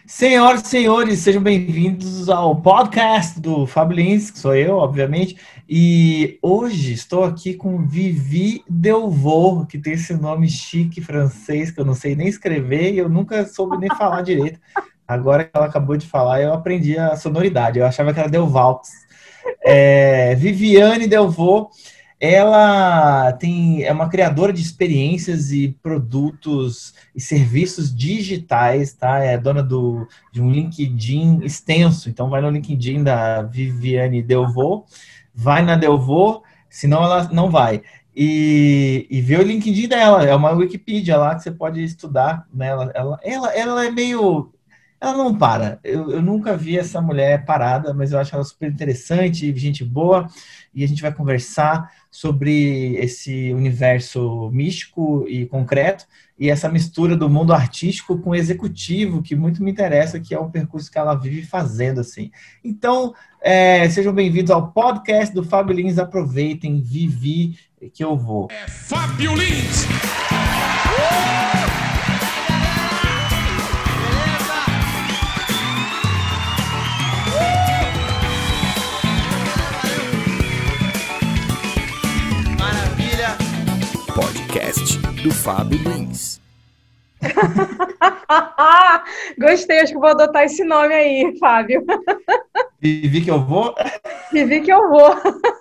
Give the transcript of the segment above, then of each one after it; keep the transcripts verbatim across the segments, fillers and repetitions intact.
Senhoras e senhores, sejam bem-vindos ao podcast do Fábio Lins, que sou eu, obviamente, e hoje estou aqui com Vivi Delvaux, que tem esse nome chique francês que eu não sei nem escrever e eu nunca soube nem falar direito. Agora que ela acabou de falar, eu aprendi a sonoridade, eu achava que era Delvaux. É, Viviane Delvaux, ela tem, é uma criadora de experiências e produtos e serviços digitais, tá? É dona do, de um LinkedIn extenso. Então, vai no LinkedIn da Viviane Delvaux, vai na Delvaux, senão ela não vai. E, e vê o LinkedIn dela, é uma Wikipedia lá que você pode estudar, né? Ela, ela, ela, ela é meio... Ela não para. Eu, eu nunca vi essa mulher parada, mas eu acho ela super interessante, gente boa, e a gente vai conversar sobre esse universo místico e concreto e essa mistura do mundo artístico com o executivo, que muito me interessa, que é o percurso que ela vive fazendo, assim. Então, é, sejam bem-vindos ao podcast do Fábio Lins. Aproveitem, Vivi, que eu vou. É Fábio Lins! Podcast do Fábio Lins. Gostei, acho que vou adotar esse nome aí, Fábio. Vivi que eu vou? Vivi que eu vou.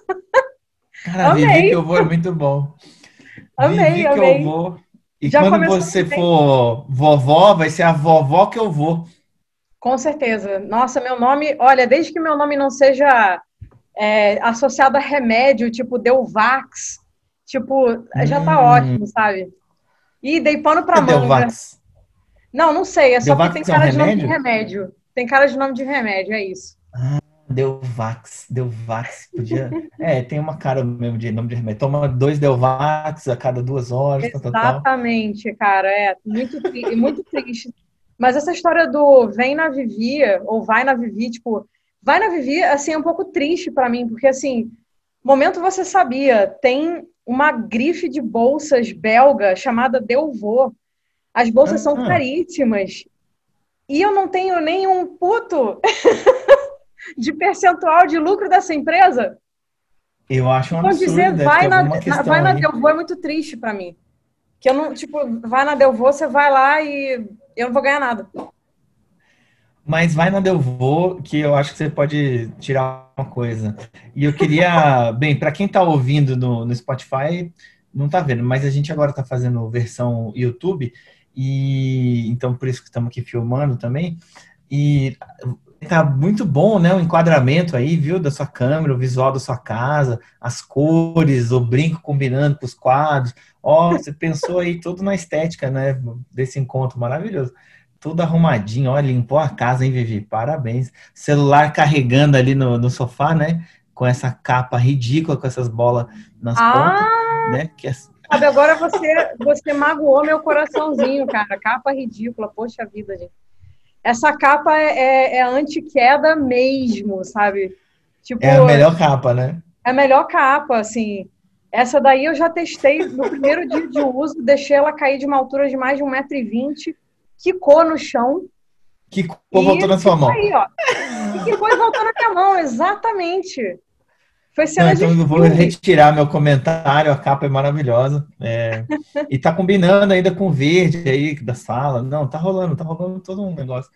Cara, Amei. Vivi que eu vou é muito bom. Amei, Vivi que amei. eu vou. E Já quando começou você bem. for vovó, vai ser a vovó que eu vou. Com certeza. Nossa, meu nome... Olha, desde que meu nome não seja é, associado a remédio, tipo Delvax, tipo, já tá Hum, ótimo, sabe? E dei pano pra é manga. Delvax. Não, não sei, é só porque tem Delvax é um cara de nome de remédio? remédio. Tem cara de nome de remédio, é isso. Delvax, Delvax, podia... É, tem uma cara mesmo de nome de remédio. Toma dois Delvax a cada duas horas, tal, tal, tal. Exatamente, cara, é muito, tri- muito triste. Mas essa história do vem na Vivi, ou vai na Vivi, tipo, vai na Vivi, assim, é um pouco triste pra mim, porque, assim, momento você sabia, tem uma grife de bolsas belga chamada Delvaux. As bolsas são Ah, caríssimas. E eu não tenho nenhum puto de percentual de lucro dessa empresa. eu acho um Então, absurdo, dizer deve ter vai na, alguma na- vai questão na aí. Delvaux é muito triste pra mim. Que eu não, tipo, vai na Delvaux, você vai lá e eu não vou ganhar nada. Mas vai na Delvaux, que eu acho que você pode tirar uma coisa. E eu queria, bem, para quem está ouvindo no, no Spotify, não está vendo, mas a gente agora está fazendo versão YouTube, e então por isso que estamos aqui filmando também. E tá muito bom, né? O enquadramento aí, viu? Da sua câmera, o visual da sua casa, as cores, o brinco combinando com os quadros. Ó, você pensou aí tudo na estética, né? Desse encontro maravilhoso. Tudo arrumadinho, ó, limpou a casa, hein, Vivi? Parabéns. Celular carregando ali no, no sofá, né? Com essa capa ridícula, com essas bolas nas pontas, Ah, né? Que é... sabe, agora você, você magoou meu coraçãozinho, cara. Capa ridícula, poxa vida, gente. Essa capa é, é, é anti-queda mesmo, sabe? é a Tipo, melhor capa, né? é a melhor capa, assim. Essa daí eu já testei no primeiro dia de uso, deixei ela cair de uma altura de mais de um metro e vinte, quicou no chão Que cor e voltou na sua ficou mão. aí, ó. E quicou e voltou na minha mão, exatamente. Foi Não, cena de então eu vou filme. retirar meu comentário, a capa é maravilhosa. É, e tá combinando ainda com o verde aí da sala. Não, tá rolando, tá rolando todo um negócio.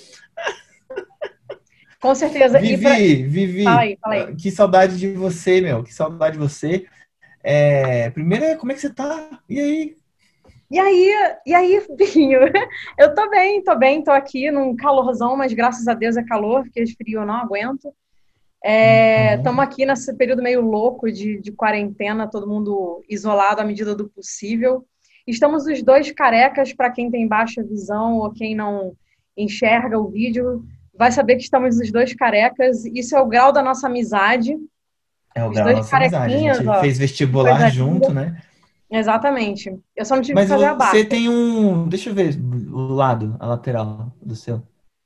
Com certeza. E pra... Vivi, Fala Vivi, aí, fala aí. que saudade de você, meu. Que saudade de você. É, primeiro, como é que você tá? E aí? E aí, e aí, Binho? Eu tô bem, tô bem, tô aqui num calorzão, mas graças a Deus é calor, porque de frio eu não aguento. Estamos Uhum. aqui nesse período meio louco de, de quarentena, todo mundo isolado à medida do possível. Estamos os dois carecas, para quem tem baixa visão ou quem não enxerga o vídeo, vai saber que estamos os dois carecas. Isso é o grau da nossa amizade. É o Os grau da dois nossa amizade. A carequinhas, gente ó, fez que vestibular coisa linda. junto, né? Exatamente. Eu só não tive que Mas fazer a você barba. tem um. Deixa eu ver o lado, a lateral do seu.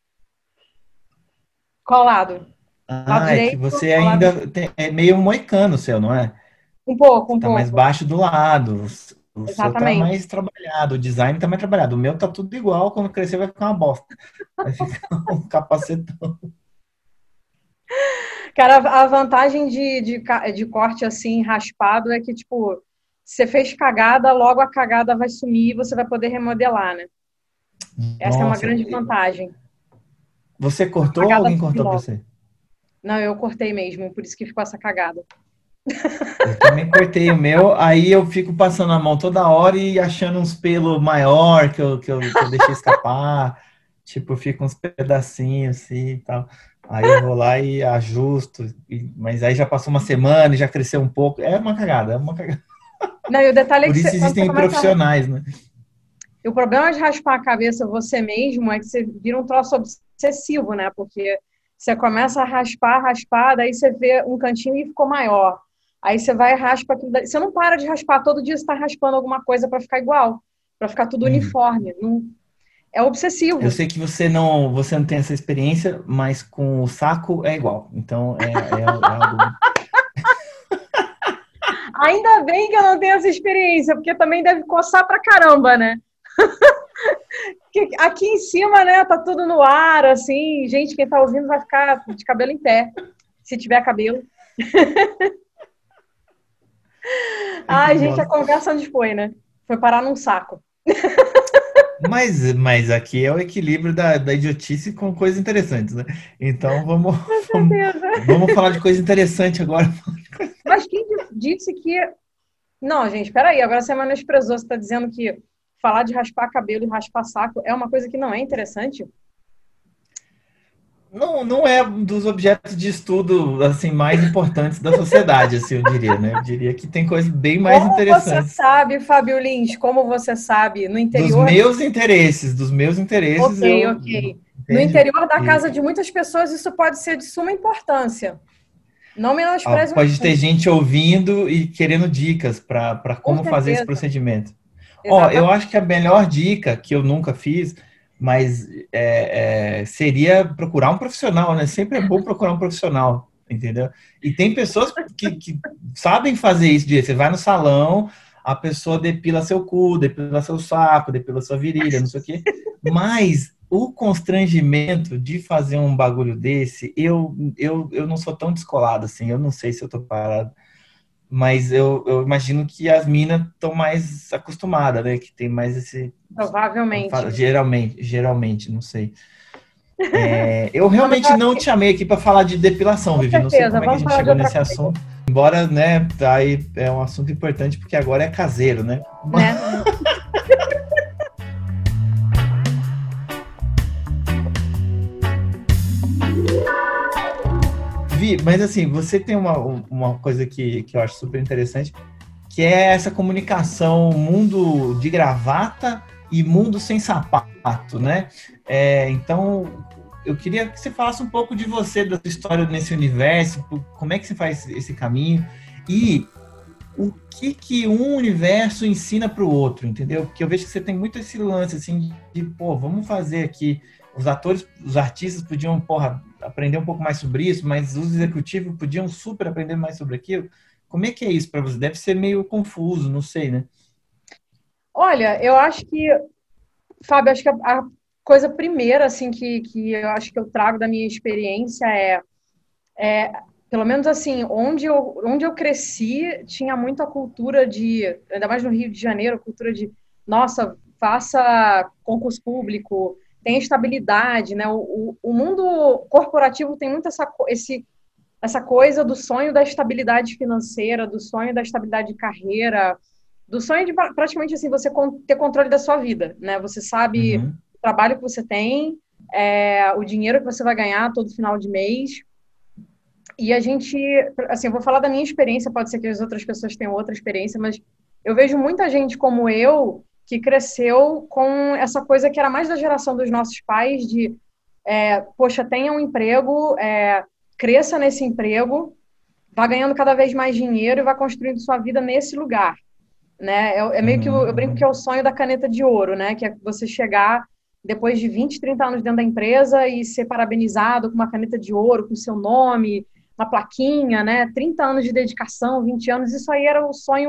Qual lado? Lado Ah, é que direito você ou lado ainda esquerdo? tem, é meio moicano o seu, não é? Um pouco, um Tá mais pouco. baixo do lado. O seu tá Exatamente. mais trabalhado, o design tá mais trabalhado. O meu tá tudo igual, quando crescer vai ficar uma bosta. Vai ficar um capacetão. Cara, a vantagem de, de, ca- de corte assim, raspado, é que, tipo, você fez cagada, logo a cagada vai sumir e você vai poder remodelar, né? Essa é uma Nossa, grande vantagem. você A cortou ou cagada alguém some cortou pra logo. você? Não, eu cortei mesmo, por isso que ficou essa cagada. Eu também cortei o meu, aí eu fico passando a mão toda hora e achando uns pelos maior que eu, que eu, que eu deixei escapar. Tipo, fica uns pedacinhos assim e tal. Aí eu vou lá e ajusto, e- mas aí já passou uma semana e já cresceu um pouco. É uma cagada, é uma cagada. Não, e o detalhe é Por que isso você, quando você existem começa a... profissionais, né? O problema de raspar a cabeça você mesmo é que você vira um troço obsessivo, né? Porque você começa a raspar, raspar, daí você vê um cantinho e ficou maior. Aí você vai e raspa aquilo daí. Você não para de raspar, todo dia você está raspando alguma coisa para ficar igual, para ficar tudo Uhum. uniforme. Não... É Eu obsessivo. sei que você não, você não tem essa experiência, mas com o saco é igual. Então é, é, é algo. Ainda bem que eu não tenho essa experiência, porque também deve coçar pra caramba, né? Porque aqui em cima, né, tá tudo no ar, assim, gente, quem tá ouvindo vai ficar de cabelo em pé, se tiver cabelo. Ai, que Ai, gente, a bosta. conversa onde foi, né? Foi parar num saco. Mas, mas aqui é o equilíbrio da, da idiotice com coisas interessantes, né? Então vamos, Com vamos, certeza. vamos falar de coisa interessante agora. Mas quem disse que... Não, gente, peraí, agora você menosprezou, você tá dizendo que falar de raspar cabelo e raspar saco é uma coisa que não é interessante? Não, não é um dos objetos de estudo assim mais importantes da sociedade, assim, eu diria, né? Eu diria que tem coisas bem mais Como você interessantes sabe, Fábio Lins, como você sabe, no dos interior... meus interesses, dos meus interesses, Ok, eu ok. No entende? interior da casa E de muitas pessoas, isso pode ser de suma importância. Não ah, menospreze o pode ter assunto. gente ouvindo e querendo dicas para para Com como fazer esse certeza. procedimento. Ó, eu Exatamente. acho que a melhor dica que eu nunca fiz, mas é, é, seria procurar um profissional, né? Sempre é bom procurar um profissional, entendeu? E tem pessoas que, que sabem fazer isso. De, você vai no salão, a pessoa depila seu cu, depila seu saco, depila sua virilha, não sei o quê. Mas o constrangimento de fazer um bagulho desse, eu, eu, eu não sou tão descolado assim. Eu não sei se eu tô parado, mas eu, eu imagino que as minas estão mais acostumadas, né? Que tem mais esse. Provavelmente. Geralmente, geralmente, não sei. É, eu Não, mas eu realmente acho não que, te chamei aqui para falar de depilação, com Vivi. Não sei certeza, como é que a vamos gente falar de chegou outra nesse coisa, assunto. Embora, né, aí é um assunto importante porque agora é caseiro, né? né? Vi, mas assim, você tem uma, uma coisa que, que eu acho super interessante, que é essa comunicação mundo de gravata e mundo sem sapato, né? É, então, eu queria que você falasse um pouco de você, da sua história nesse universo, como é que você faz esse caminho e o que que um universo ensina para o outro, entendeu? Porque eu vejo que você tem muito esse lance assim de, pô, vamos fazer aqui. Os atores, os artistas podiam, porra, aprender um pouco mais sobre isso, mas os executivos podiam super aprender mais sobre aquilo. Como é que é isso para você? Deve ser meio confuso, não sei, né? Olha, eu acho que, Fábio, acho que a, a coisa primeira, assim, que, que eu acho que eu trago da minha experiência é, pelo menos assim, onde eu, onde eu cresci, tinha muito a cultura de, ainda mais no Rio de Janeiro, a cultura de, nossa, faça concurso público, tem estabilidade, né? O, o, o mundo corporativo tem muito essa, co- esse, essa coisa do sonho da estabilidade financeira, do sonho da estabilidade de carreira, do sonho de pra- praticamente assim, você con- ter controle da sua vida, né? Você sabe Uhum, o trabalho que você tem, é, o dinheiro que você vai ganhar todo final de mês. E a gente, assim, eu vou falar da minha experiência, pode ser que as outras pessoas tenham outra experiência, mas eu vejo muita gente como eu que cresceu com essa coisa que era mais da geração dos nossos pais, de, é, poxa, tenha um emprego, é, cresça nesse emprego, vá ganhando cada vez mais dinheiro e vá construindo sua vida nesse lugar, né? É, é meio que, o- uhum, eu brinco que é uhum. o sonho da caneta de ouro, né? Que é você chegar depois de vinte, trinta anos dentro da empresa e ser parabenizado com uma caneta de ouro, com seu nome, uma plaquinha, né? trinta anos de dedicação, vinte anos, isso aí era o sonho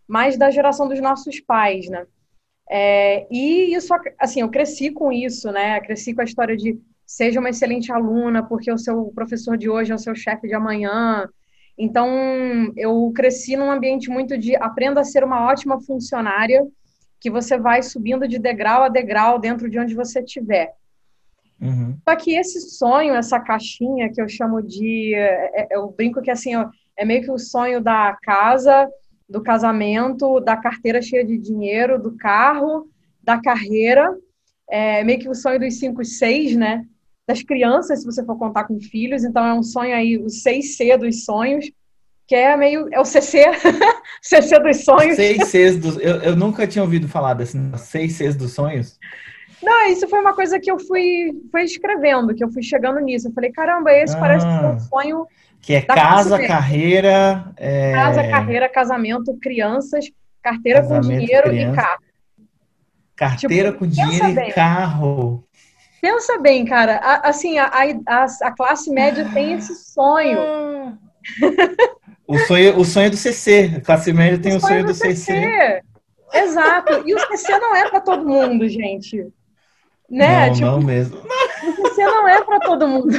mais da geração dos nossos pais, né? É, e isso, assim, eu cresci com isso, né? Cresci com a história de seja uma excelente aluna, porque o seu professor de hoje é o seu chefe de amanhã. Então, eu cresci num ambiente muito de aprenda a ser uma ótima funcionária, que você vai subindo de degrau a degrau dentro de onde você estiver. Uhum. Só que esse sonho, essa caixinha que eu chamo de... É, eu brinco que assim, é meio que o sonho da casa, do casamento, da carteira cheia de dinheiro, do carro, da carreira, é meio que o sonho dos cinco e seis, né? Das crianças, se você for contar com filhos. Então é um sonho aí, o seis C dos sonhos, que é meio... É o C C, C C dos sonhos. Seis Cs dos... Eu, eu nunca tinha ouvido falar desse seis Cs dos sonhos. Não, isso foi uma coisa que eu fui, fui escrevendo, que eu fui chegando nisso. Eu falei, caramba, esse ah, parece ser um sonho... Que é casa, carreira... É... Casa, carreira, casamento, crianças, carteira casamento, com dinheiro criança. E carro. Carteira tipo, com dinheiro bem. E carro. Pensa bem, cara. A, assim, a, a, a classe média tem esse sonho. O sonho, o sonho do C C. A classe média tem o, o sonho, sonho do, do C C. C C. Exato. E o C C não é para todo mundo, gente. Né? Não, tipo, não mesmo. O C C não é para todo mundo.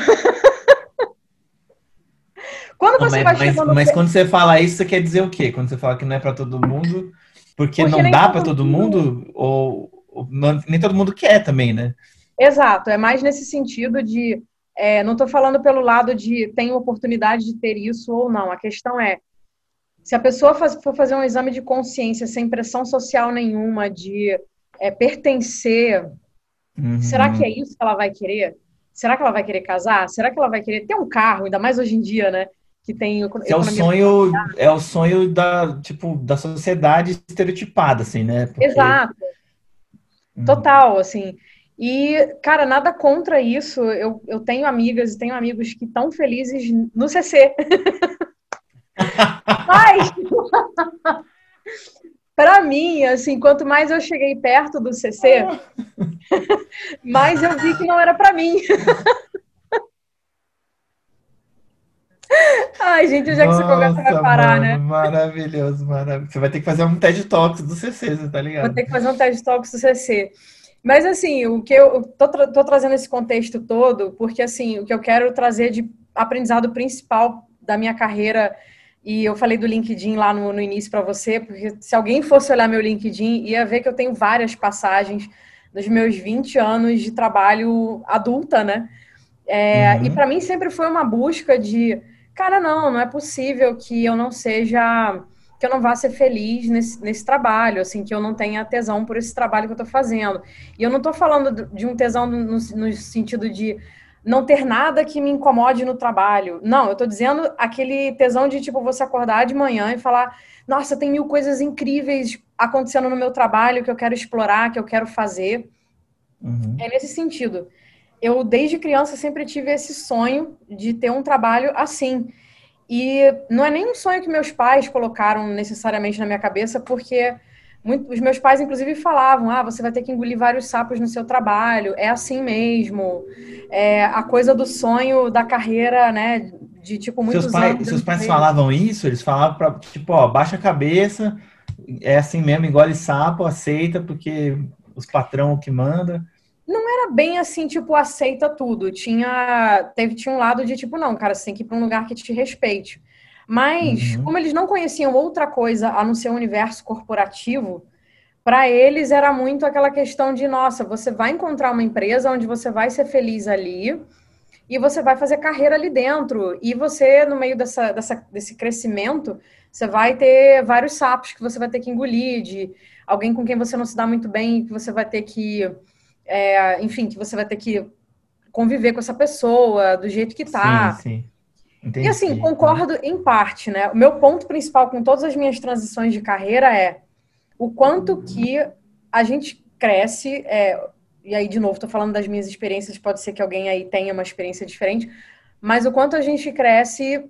Quando você não, vai mas, chegando... Mas quando você fala isso, você quer dizer o quê? Quando você fala que não é para todo mundo, porque, porque não dá para todo mundo, mundo ou, ou não, nem todo mundo quer também, né? Exato, é mais nesse sentido de... É, não estou falando pelo lado de tem oportunidade de ter isso ou não. A questão é, se a pessoa faz, for fazer um exame de consciência sem pressão social nenhuma, de é, pertencer, uhum. Será que é isso que ela vai querer? Será que ela vai querer casar? Será que ela vai querer ter um carro? Ainda mais hoje em dia, né? Que tem é o sonho é o sonho da tipo da sociedade estereotipada, assim, né? Porque... Exato, total, assim. E cara, nada contra isso. Eu, eu tenho amigas e tenho amigos que estão felizes no C C. Mas para mim, assim, quanto mais eu cheguei perto do C C, mais eu vi que não era para mim. Ai, gente, onde é que essa conversa vai parar, mano, né? Maravilhoso, maravilhoso. Você vai ter que fazer um TED Talks do C C, você tá ligado? Vou ter que fazer um TED Talks do C C. Mas, assim, o que eu tô, tra tô trazendo esse contexto todo, porque, assim, o que eu quero trazer de aprendizado principal da minha carreira, e eu falei do LinkedIn lá no, no início para você, porque se alguém fosse olhar meu LinkedIn, ia ver que eu tenho várias passagens dos meus vinte anos de trabalho adulta, né? É, uhum. E para mim sempre foi uma busca de, cara, não, não é possível que eu não seja, que eu não vá ser feliz nesse, nesse trabalho, assim, que eu não tenha tesão por esse trabalho que eu estou fazendo. E eu não estou falando de um tesão no, no sentido de não ter nada que me incomode no trabalho. Não, eu estou dizendo aquele tesão de, tipo, você acordar de manhã e falar, nossa, tem mil coisas incríveis acontecendo no meu trabalho que eu quero explorar, que eu quero fazer. Uhum. É nesse sentido. Eu, desde criança, sempre tive esse sonho de ter um trabalho assim. E não é nem um sonho que meus pais colocaram necessariamente na minha cabeça, porque muito, os meus pais, inclusive, falavam, ah, você vai ter que engolir vários sapos no seu trabalho, é assim mesmo. É a coisa do sonho da carreira, né, de, tipo, muitos seus pais, anos. Seus pais falavam isso? Eles falavam pra, tipo, ó, baixa a cabeça, é assim mesmo, engole sapo, aceita, porque os patrão que manda... Não era bem assim, tipo, aceita tudo. Tinha, teve, tinha um lado de, tipo, não, cara, você tem que ir para um lugar que te respeite. Mas, uhum. como eles não conheciam outra coisa a não ser o universo corporativo, para eles era muito aquela questão de, nossa, você vai encontrar uma empresa onde você vai ser feliz ali e você vai fazer carreira ali dentro. E você, no meio dessa, dessa, desse crescimento, você vai ter vários sapos que você vai ter que engolir, de alguém com quem você não se dá muito bem, que você vai ter que... É, enfim, que você vai ter que conviver com essa pessoa do jeito que tá. Sim, sim. Entendi. E assim, concordo em parte, né? O meu ponto principal com todas as minhas transições de carreira é o quanto que a gente cresce, é, e aí, de novo, tô falando das minhas experiências, pode ser que alguém aí tenha uma experiência diferente, mas o quanto a gente cresce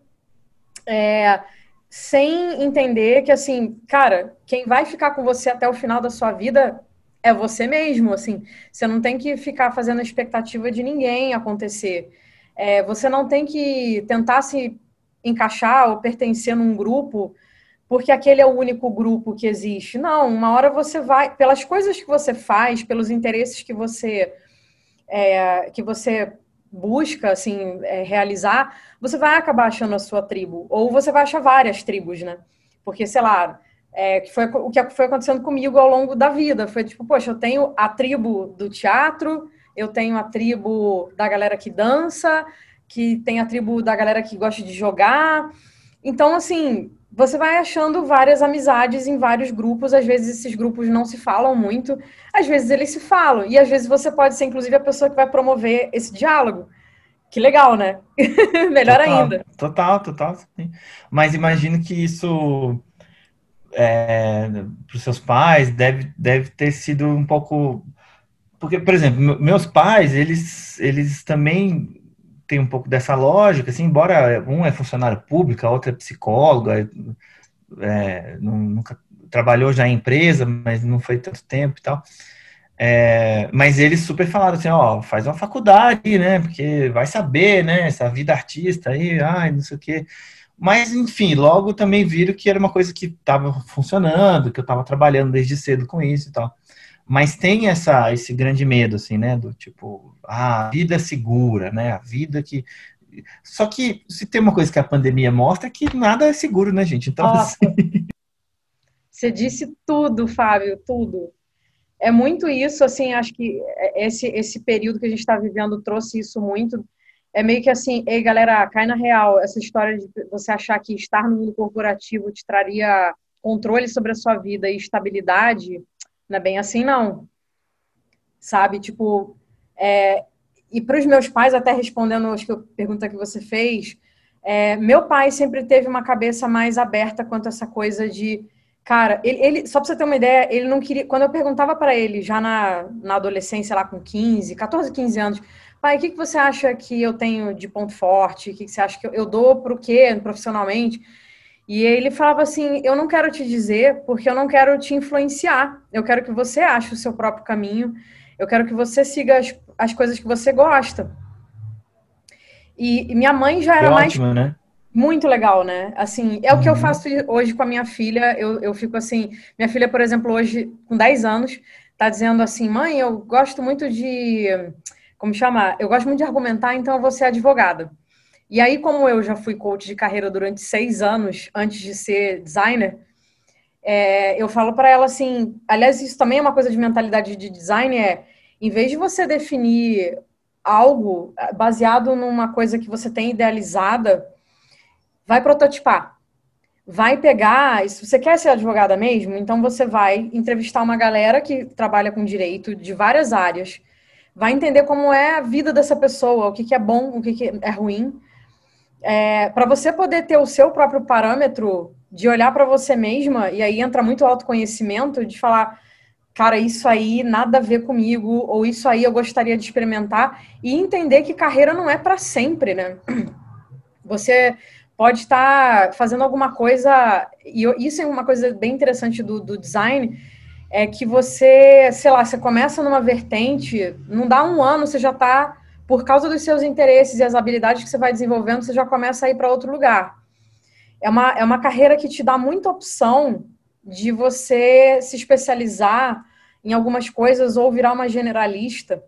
é, sem entender que, assim, cara, quem vai ficar com você até o final da sua vida é você mesmo, assim. Você não tem que ficar fazendo a expectativa de ninguém acontecer. É, você não tem que tentar se encaixar ou pertencer num grupo porque aquele é o único grupo que existe. Não, uma hora você vai, pelas coisas que você faz, pelos interesses que você, é, que você busca, assim, é, realizar, você vai acabar achando a sua tribo. Ou você vai achar várias tribos, né? Porque, sei lá, é, que foi o que foi acontecendo comigo ao longo da vida. Foi tipo, poxa, eu tenho a tribo do teatro, eu tenho a tribo da galera que dança, que tem a tribo da galera que gosta de jogar. Então, assim, você vai achando várias amizades em vários grupos. Às vezes esses grupos não se falam muito, às vezes eles se falam. E às vezes você pode ser, inclusive, a pessoa que vai promover esse diálogo. Que legal, né? Melhor Total, ainda. total, total. Sim. Mas imagino que isso, é, para os seus pais, deve, deve ter sido um pouco... Porque, por exemplo, me- meus pais, eles, eles também têm um pouco dessa lógica, assim, embora um é funcionário público, a outra é psicóloga, é, nu- nunca trabalhou já em empresa, mas não foi tanto tempo e tal. É, mas eles super falaram assim, ó, faz uma faculdade, né? Porque vai saber, né? Essa vida artista aí, ai, não sei o quê. Mas, enfim, logo também viram que era uma coisa que estava funcionando, que eu estava trabalhando desde cedo com isso e tal. Mas tem essa, esse grande medo, assim, né? Do tipo, ah, a vida é segura, né? A vida que. Só que se tem uma coisa que a pandemia mostra é que nada é seguro, né, gente? Então, assim, Nossa, você disse tudo, Fábio, tudo. É muito isso, assim, acho que esse, esse período que a gente está vivendo trouxe isso muito. É meio que assim, ei, galera, cai na real. Essa história de você achar que estar no mundo corporativo te traria controle sobre a sua vida e estabilidade, não é bem assim, não. Sabe? Tipo, é, e para os meus pais, até respondendo acho que a pergunta que você fez, é, meu pai sempre teve uma cabeça mais aberta quanto a essa coisa de, cara, ele, ele só para você ter uma ideia, ele não queria, quando eu perguntava para ele, já na, na adolescência, lá com quinze, catorze, quinze anos, pai, o que, que você acha que eu tenho de ponto forte? O que, que você acha que eu, eu dou para o quê profissionalmente? E ele falava assim, eu não quero te dizer porque eu não quero te influenciar, eu quero que você ache o seu próprio caminho, eu quero que você siga as, as coisas que você gosta. E, e minha mãe já que era mais ótimo, né? muito legal, né? Assim, é o que eu Uhum. faço hoje com a minha filha. Eu, eu fico assim, minha filha, por exemplo, hoje, com dez anos, tá dizendo assim, mãe, eu gosto muito de, como chama? Eu gosto muito de argumentar, então eu vou ser advogada. E aí, como eu já fui coach de carreira durante seis anos, antes de ser designer, é, eu falo para ela assim, aliás, isso também é uma coisa de mentalidade de design, é, em vez de você definir algo baseado numa coisa que você tem idealizada, vai prototipar. Vai pegar, se você quer ser advogada mesmo, então você vai entrevistar uma galera que trabalha com direito de várias áreas, vai entender como é a vida dessa pessoa, o que, que é bom, o que, que é ruim, é, para você poder ter o seu próprio parâmetro de olhar para você mesma, e aí entra muito autoconhecimento, de falar, cara, isso aí nada a ver comigo, ou isso aí eu gostaria de experimentar, e entender que carreira não é para sempre, né? Você pode estar fazendo alguma coisa, e isso é uma coisa bem interessante do, do design, é que você, sei lá, você começa numa vertente, não dá um ano, você já está, por causa dos seus interesses e as habilidades que você vai desenvolvendo, você já começa a ir para outro lugar. É uma, é uma carreira que te dá muita opção de você se especializar em algumas coisas ou virar uma generalista.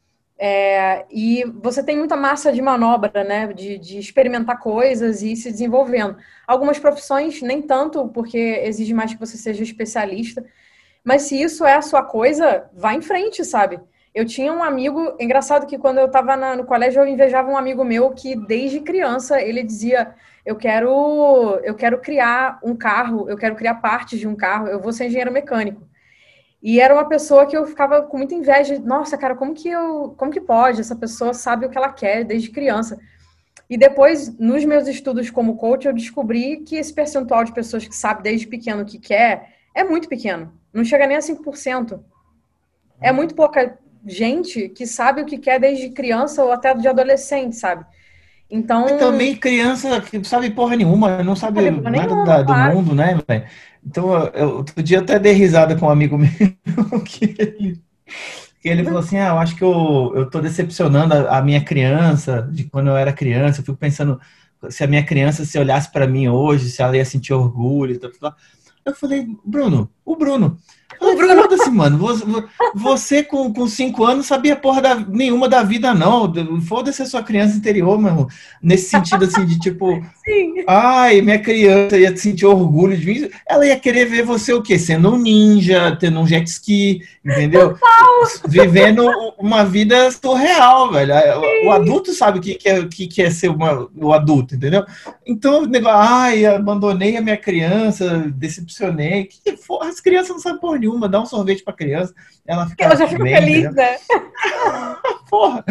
É, e você tem muita massa de manobra, né? De, de experimentar coisas e ir se desenvolvendo. Algumas profissões, nem tanto, porque exige mais que você seja especialista. Mas se isso é a sua coisa, vá em frente, sabe? Eu tinha um amigo, engraçado que quando eu estava no colégio, eu invejava um amigo meu que desde criança ele dizia: eu quero, eu quero criar um carro, eu quero criar partes de um carro, eu vou ser engenheiro mecânico. E era uma pessoa que eu ficava com muita inveja. Nossa, cara, como que eu, como que pode? Essa pessoa sabe o que ela quer desde criança. E depois, nos meus estudos como coach, eu descobri que esse percentual de pessoas que sabe desde pequeno o que quer é muito pequeno. Não chega nem a cinco por cento. É muito pouca gente que sabe o que quer desde criança ou até de adolescente, sabe? Então, E também criança que não sabe porra nenhuma, não não sabe sabe porra nada nenhuma, da- do claro. mundo, né, velho? Então, eu, eu- outro dia eu até dei risada com um amigo meu, que ele, que ele falou assim, ah, eu acho que eu, eu tô decepcionando a, a minha criança, de quando eu era criança, eu fico pensando, se a minha criança se olhasse para mim hoje, se ela ia sentir orgulho, tal, tal. Eu falei, Bruno, o Bruno. O Bruno, foda-se, mano. Você, você com, com cinco anos sabia porra da, nenhuma da vida, não. Foda-se a sua criança interior, meu irmão. Nesse sentido, assim, de tipo... Sim. Ai, minha criança ia sentir orgulho de mim. Ela ia querer ver você o quê? Sendo um ninja, tendo um jet ski, entendeu? Total. Vivendo uma vida surreal, velho. O, o adulto sabe o que, que, é, que, que é ser uma, o adulto, entendeu? Então, o negócio... Ai, abandonei a minha criança, decepcionei. Que, porra, as crianças não sabem porra nenhuma. Dá um sorvete pra criança, ela fica ela já fica bem, feliz, entendeu? Né? Porra!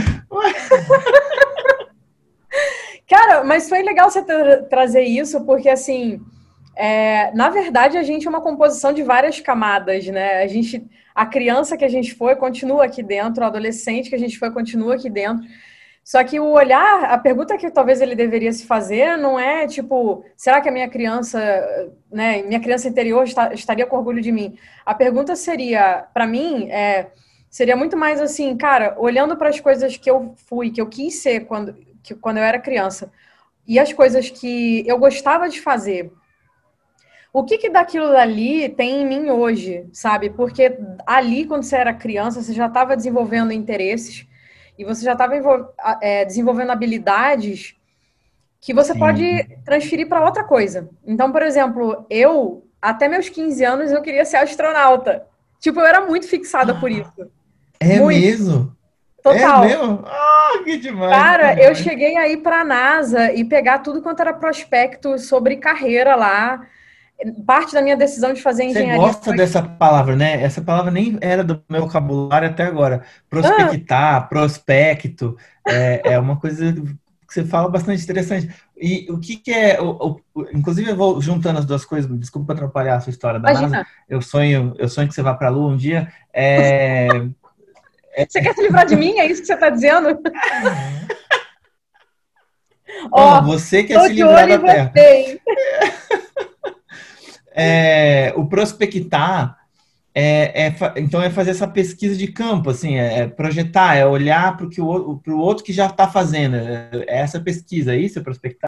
Cara, mas foi legal você tra trazer isso, porque assim, é, na verdade a gente é uma composição de várias camadas, né? A gente, a criança que a gente foi continua aqui dentro, o adolescente que a gente foi continua aqui dentro. Só que o olhar, a pergunta que talvez ele deveria se fazer não é tipo, será que a minha criança, né, minha criança interior está, estaria com orgulho de mim? A pergunta seria, para mim, é, seria muito mais assim, cara, olhando para as coisas que eu fui, que eu quis ser quando, que, quando eu era criança, e as coisas que eu gostava de fazer, o que que daquilo dali tem em mim hoje, sabe? Porque ali, quando você era criança, você já estava desenvolvendo interesses, e você já estava é, desenvolvendo habilidades que você Sim. pode transferir para outra coisa. Então, por exemplo, eu, até meus quinze anos, eu queria ser astronauta. Tipo, eu era muito fixada por isso. É muito. mesmo? Total. É mesmo? Ah, que demais. Cara, que demais. eu cheguei aí para a NASA e pegar tudo quanto era prospecto sobre carreira lá. Parte da minha decisão de fazer engenharia. Você gosta foi... dessa palavra, né? Essa palavra nem era do meu vocabulário até agora. Prospectar, ah. prospecto, é, é uma coisa que você fala bastante interessante. E o que, que é... O, o, inclusive, eu vou juntando as duas coisas, desculpa atrapalhar a sua história da Imagina. NASA. Eu sonho, eu sonho que você vá para a Lua um dia. É... Você quer se livrar de mim? É isso que você está dizendo? Ó, oh, você quer se livrar da Terra. É, o prospectar é, é, então é fazer essa pesquisa de campo, assim, é, é projetar, é olhar para o outro que já está fazendo. É, é essa pesquisa, é isso? É prospectar?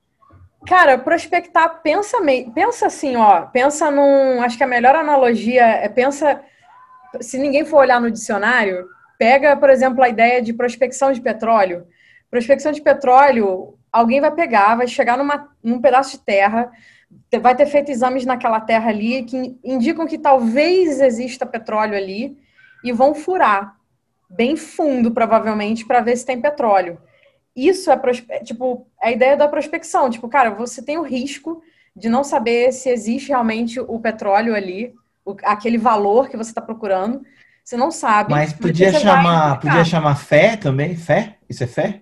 Cara, prospectar, pensa, meio, pensa assim, ó, pensa num. Acho que a melhor analogia é pensa. Se ninguém for olhar no dicionário, pega, por exemplo, a ideia de prospecção de petróleo. Prospecção de petróleo, alguém vai pegar, vai chegar numa, num pedaço de terra, vai ter feito exames naquela terra ali que indicam que talvez exista petróleo ali e vão furar bem fundo, provavelmente, para ver se tem petróleo. Isso é, tipo, a ideia da prospecção. Tipo, cara, você tem o risco de não saber se existe realmente o petróleo ali, o, aquele valor que você está procurando. Você não sabe. Mas podia chamar, podia chamar fé também? Fé? Isso é fé?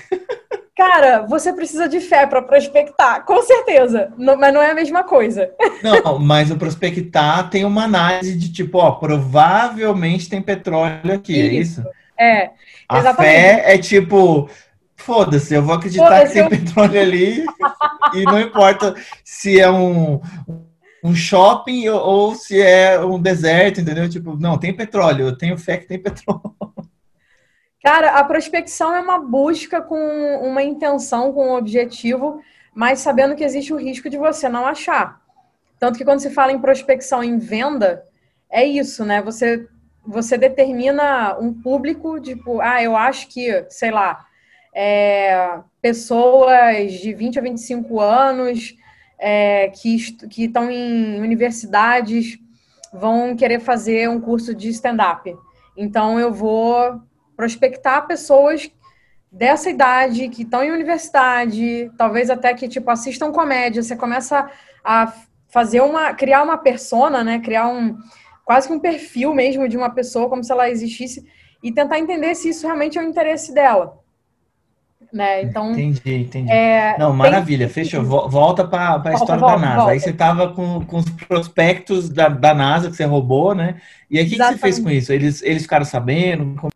Cara, você precisa de fé para prospectar, com certeza, não, mas não é a mesma coisa. Não, mas o prospectar tem uma análise de tipo, ó, provavelmente tem petróleo aqui, isso. É isso? É, a exatamente. fé é tipo, foda-se, eu vou acreditar que tem eu... petróleo ali e não importa se é um, um shopping ou, ou se é um deserto, entendeu? Tipo, não, tem petróleo, eu tenho fé que tem petróleo. Cara, a prospecção é uma busca com uma intenção, com um objetivo, mas sabendo que existe o risco de você não achar. Tanto que quando se fala em prospecção em venda, é isso, né? Você, você determina um público, tipo, ah, eu acho que, sei lá, é, pessoas de vinte a vinte e cinco anos é, que que estão em universidades vão querer fazer um curso de stand-up. Então, eu vou prospectar pessoas dessa idade, que estão em universidade, talvez até que, tipo, assistam comédia. Você começa a fazer uma... criar uma persona, né? Criar um... quase que um perfil mesmo de uma pessoa, como se ela existisse, e tentar entender se isso realmente é o interesse dela. Né? Então, entendi, entendi. É, Não, maravilha, tem... fechou. Volta para a história volta, da NASA. volta. Aí você estava com, com os prospectos da, da NASA que você roubou, né? E aí o que, que você fez com isso? Eles, eles ficaram sabendo?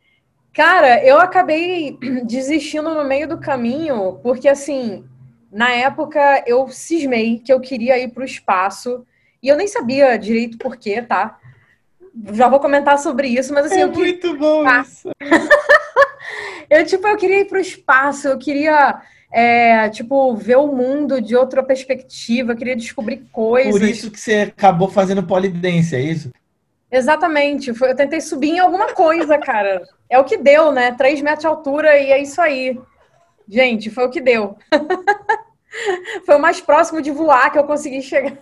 Cara, eu acabei desistindo no meio do caminho, porque, assim, na época eu cismei que eu queria ir para o espaço, e eu nem sabia direito por quê, tá? Já vou comentar sobre isso, mas assim... É eu muito queria... bom ah. isso! Eu, tipo, eu queria ir para o espaço, eu queria, é, tipo, ver o mundo de outra perspectiva, eu queria descobrir Por coisas. isso que você acabou fazendo polidense, é isso? Exatamente. Foi- eu tentei subir em alguma coisa, cara. É o que deu, né? Três metros de altura e é isso aí. Gente, foi o que deu. Foi o mais próximo de voar que eu consegui chegar.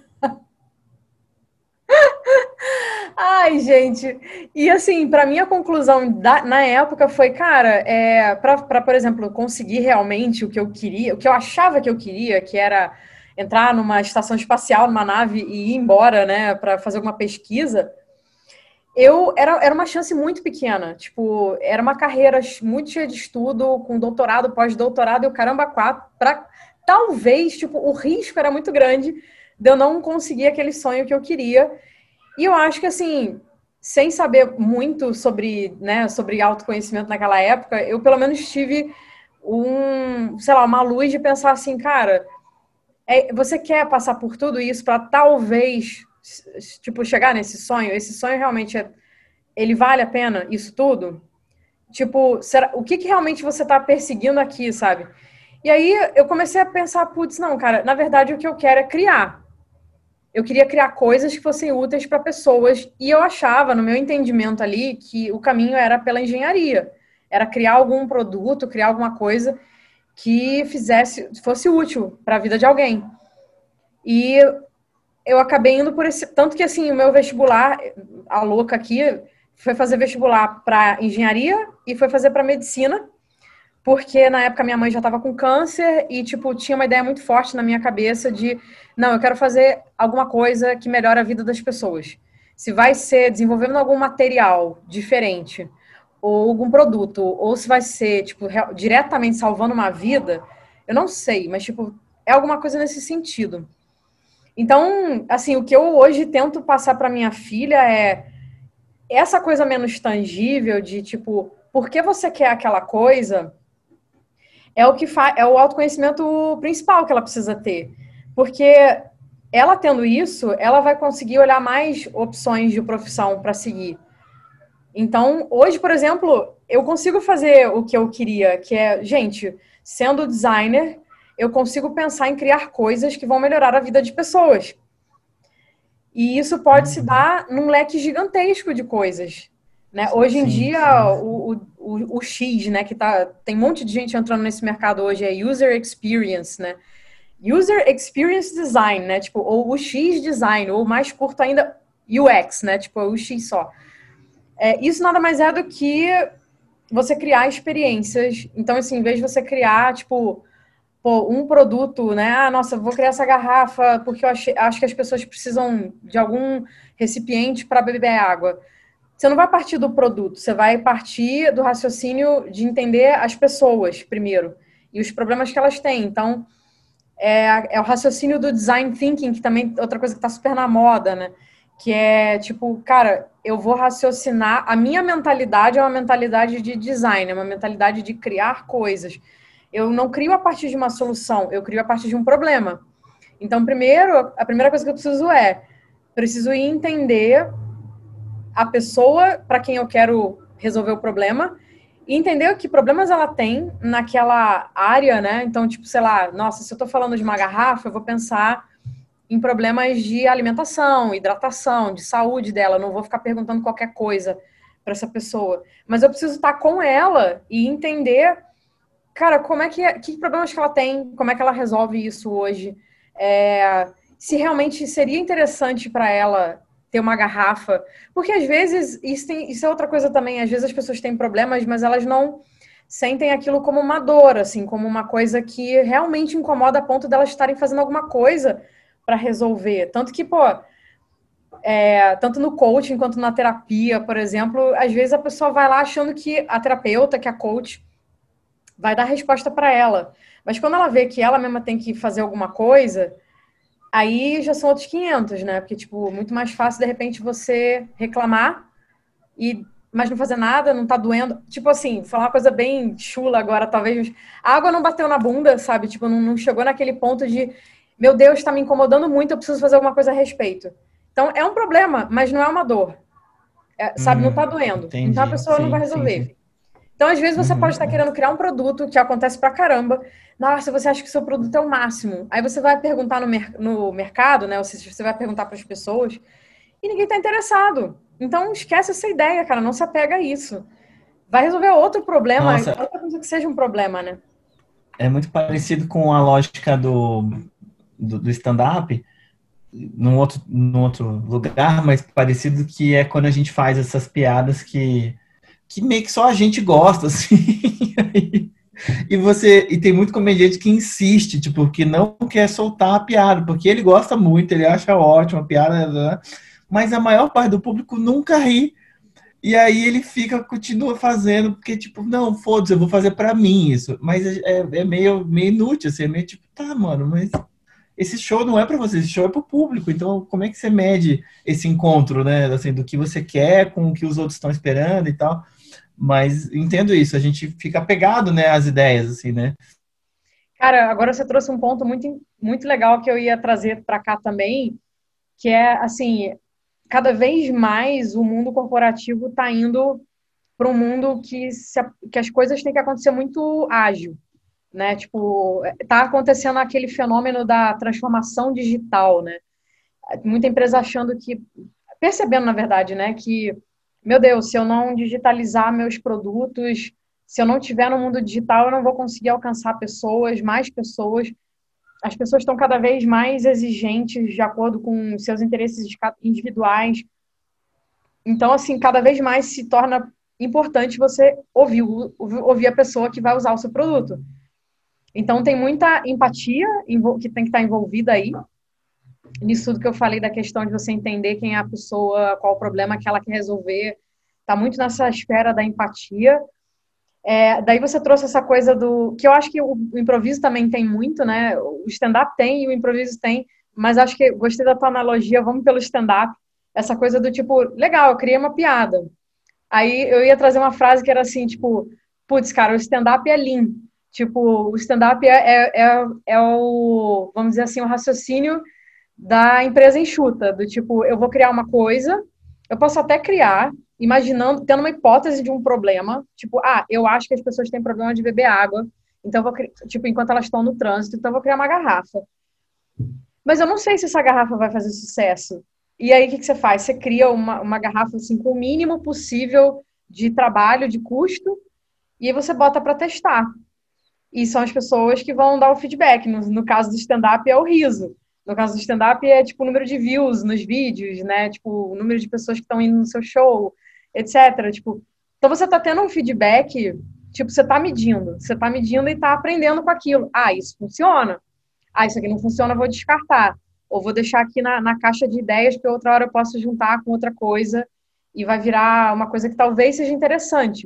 Ai, gente. E assim, para mim a conclusão da- na época foi, cara, é, para, por exemplo, conseguir realmente o que eu queria, o que eu achava que eu queria, que era entrar numa estação espacial, numa nave e ir embora, né, para fazer alguma pesquisa, eu era, era uma chance muito pequena. Tipo, era uma carreira muito cheia de estudo, com doutorado, pós-doutorado e o caramba, quatro, para talvez, tipo, o risco era muito grande de eu não conseguir aquele sonho que eu queria. E eu acho que, assim, sem saber muito sobre, né, sobre autoconhecimento naquela época, eu pelo menos tive um, sei lá, uma luz de pensar assim, cara, é, você quer passar por tudo isso para talvez, tipo, chegar nesse sonho? Esse sonho realmente é, ele vale a pena isso tudo? Tipo, será, o que, que realmente você está perseguindo aqui, sabe? E aí eu comecei a pensar, putz, não, cara, na verdade o que eu quero é criar. Eu queria criar coisas que fossem úteis para pessoas e eu achava, no meu entendimento ali, que o caminho era pela engenharia. Era criar algum produto, criar alguma coisa que fizesse, fosse útil para a vida de alguém. E eu acabei indo por esse, tanto que assim, o meu vestibular, a louca aqui, foi fazer vestibular para engenharia e foi fazer para medicina, porque na época minha mãe já estava com câncer e, tipo, tinha uma ideia muito forte na minha cabeça de, não, eu quero fazer alguma coisa que melhore a vida das pessoas. Se vai ser desenvolvendo algum material diferente, ou algum produto, ou se vai ser, tipo, diretamente salvando uma vida, eu não sei, mas, tipo, é alguma coisa nesse sentido. Então, assim, o que eu hoje tento passar para minha filha é essa coisa menos tangível de, tipo, por que você quer aquela coisa? É o que faz, é o autoconhecimento principal que ela precisa ter. Porque ela tendo isso, ela vai conseguir olhar mais opções de profissão para seguir. Então, hoje, por exemplo, eu consigo fazer o que eu queria, que é, gente, sendo designer, eu consigo pensar em criar coisas que vão melhorar a vida de pessoas. E isso pode se dar num leque gigantesco de coisas. Né? Hoje em Sim, dia, sim. o, o, o X, né, que tá, tem um monte de gente entrando nesse mercado hoje, é User Experience, né? User Experience Design, né? Tipo, ou o X Design, ou mais curto ainda, U X, né? Tipo, o X só. É, isso nada mais é do que você criar experiências. Então, assim, em vez de você criar, tipo, pô, um produto, né? Ah, nossa, vou criar essa garrafa porque eu achei, acho que as pessoas precisam de algum recipiente para beber água. Você não vai partir do produto, você vai partir do raciocínio de entender as pessoas primeiro e os problemas que elas têm. Então, é, é o raciocínio do design thinking, que também é outra coisa que está super na moda, né? Que é tipo, cara, eu vou raciocinar. A minha mentalidade é uma mentalidade de design, é uma mentalidade de criar coisas. Eu não crio a partir de uma solução, eu crio a partir de um problema. Então, primeiro, a primeira coisa que eu preciso é preciso entender a pessoa para quem eu quero resolver o problema e entender que problemas ela tem naquela área, né? Então, tipo, sei lá, nossa, se eu tô falando de uma garrafa, eu vou pensar em problemas de alimentação, hidratação, de saúde dela. Eu não vou ficar perguntando qualquer coisa para essa pessoa. Mas eu preciso estar com ela e entender, cara, como é que, é, que problemas que ela tem, como é que ela resolve isso hoje. É, se realmente seria interessante para ela ter uma garrafa. Porque às vezes, isso, tem, isso é outra coisa também, às vezes as pessoas têm problemas, mas elas não sentem aquilo como uma dor, assim, como uma coisa que realmente incomoda a ponto delas estarem fazendo alguma coisa para resolver. Tanto que, pô, é, tanto no coaching quanto na terapia, por exemplo, às vezes a pessoa vai lá achando que a terapeuta, que a coach, vai dar resposta para ela. Mas quando ela vê que ela mesma tem que fazer alguma coisa, aí já são outros quinhentos, né? Porque, tipo, muito mais fácil, de repente, você reclamar, e mas não fazer nada, não tá doendo. Tipo assim, falar uma coisa bem chula agora, talvez. A água não bateu na bunda, sabe? Tipo, não, não chegou naquele ponto de, meu Deus, tá me incomodando muito, eu preciso fazer alguma coisa a respeito. Então, é um problema, mas não é uma dor. É, sabe? Não tá Hum, doendo. Então, a entendi. pessoa não vai Sim, sim, sim. resolver. Então, às vezes, você Uhum. pode estar querendo criar um produto que acontece pra caramba. Nossa, você acha que o seu produto é o máximo. Aí você vai perguntar no, mer no mercado, né? Ou seja, você vai perguntar para as pessoas e ninguém está interessado. Então, esquece essa ideia, cara. Não se apega a isso. Vai resolver outro problema, Nossa, outra coisa que seja um problema, né? é muito parecido com a lógica do, do, do stand-up, num outro, num outro lugar, mas parecido que é quando a gente faz essas piadas que, que meio que só a gente gosta, assim. E você e tem muito comediante que insiste, tipo, que não quer soltar a piada, porque ele gosta muito, ele acha ótima a piada, né? Mas a maior parte do público nunca ri. E aí ele fica, continua fazendo, porque, tipo, não, foda-se, eu vou fazer pra mim isso. Mas é, é meio, meio inútil, assim, é meio tipo, tá, mano, mas esse show não é pra você, esse show é pro público. Então, como é que você mede esse encontro, né? Assim, do que você quer com o que os outros estão esperando e tal. Mas entendo isso, a gente fica apegado, né, às ideias, assim, né? Cara, agora você trouxe um ponto muito, muito legal que eu ia trazer para cá também, que é, assim, cada vez mais o mundo corporativo está indo para um mundo que, se, que as coisas têm que acontecer muito ágil, né? Tipo, tá acontecendo aquele fenômeno da transformação digital, né? Muita empresa achando que, percebendo, na verdade, né, que, meu Deus, se eu não digitalizar meus produtos, se eu não tiver no mundo digital, eu não vou conseguir alcançar pessoas, mais pessoas. As pessoas estão cada vez mais exigentes de acordo com seus interesses individuais. Então, assim, cada vez mais se torna importante você ouvir, ouvir a pessoa que vai usar o seu produto. Então, tem muita empatia que tem que estar envolvida aí, nisso tudo que eu falei da questão de você entender quem é a pessoa, qual o problema que ela quer resolver. Está muito nessa esfera da empatia. É, daí você trouxe essa coisa do... que eu acho que o improviso também tem muito, né? O stand-up tem e o improviso tem, mas acho que gostei da tua analogia, vamos pelo stand-up. Essa coisa do tipo, legal, eu criei uma piada. Aí eu ia trazer uma frase que era assim, tipo, putz, cara, o stand-up é lean. Tipo, o stand-up é, é, é, é o, vamos dizer assim, o raciocínio da empresa enxuta, do tipo, eu vou criar uma coisa, eu posso até criar, imaginando, tendo uma hipótese de um problema, tipo, ah, eu acho que as pessoas têm problema de beber água, então eu vou, tipo, enquanto elas estão no trânsito, então eu vou criar uma garrafa. Mas eu não sei se essa garrafa vai fazer sucesso. E aí, o que, que você faz? Você cria uma, uma garrafa, assim, com o mínimo possível de trabalho, de custo, e aí você bota para testar. E são as pessoas que vão dar o feedback. No, no caso do stand-up, é o riso. No caso do stand-up, é tipo o número de views nos vídeos, né? Tipo, o número de pessoas que estão indo no seu show, etcétera. Tipo, então você está tendo um feedback, tipo, você está medindo. Você está medindo e está aprendendo com aquilo. Ah, isso funciona. Ah, isso aqui não funciona, eu vou descartar. Ou vou deixar aqui na, na caixa de ideias, que outra hora eu posso juntar com outra coisa e vai virar uma coisa que talvez seja interessante.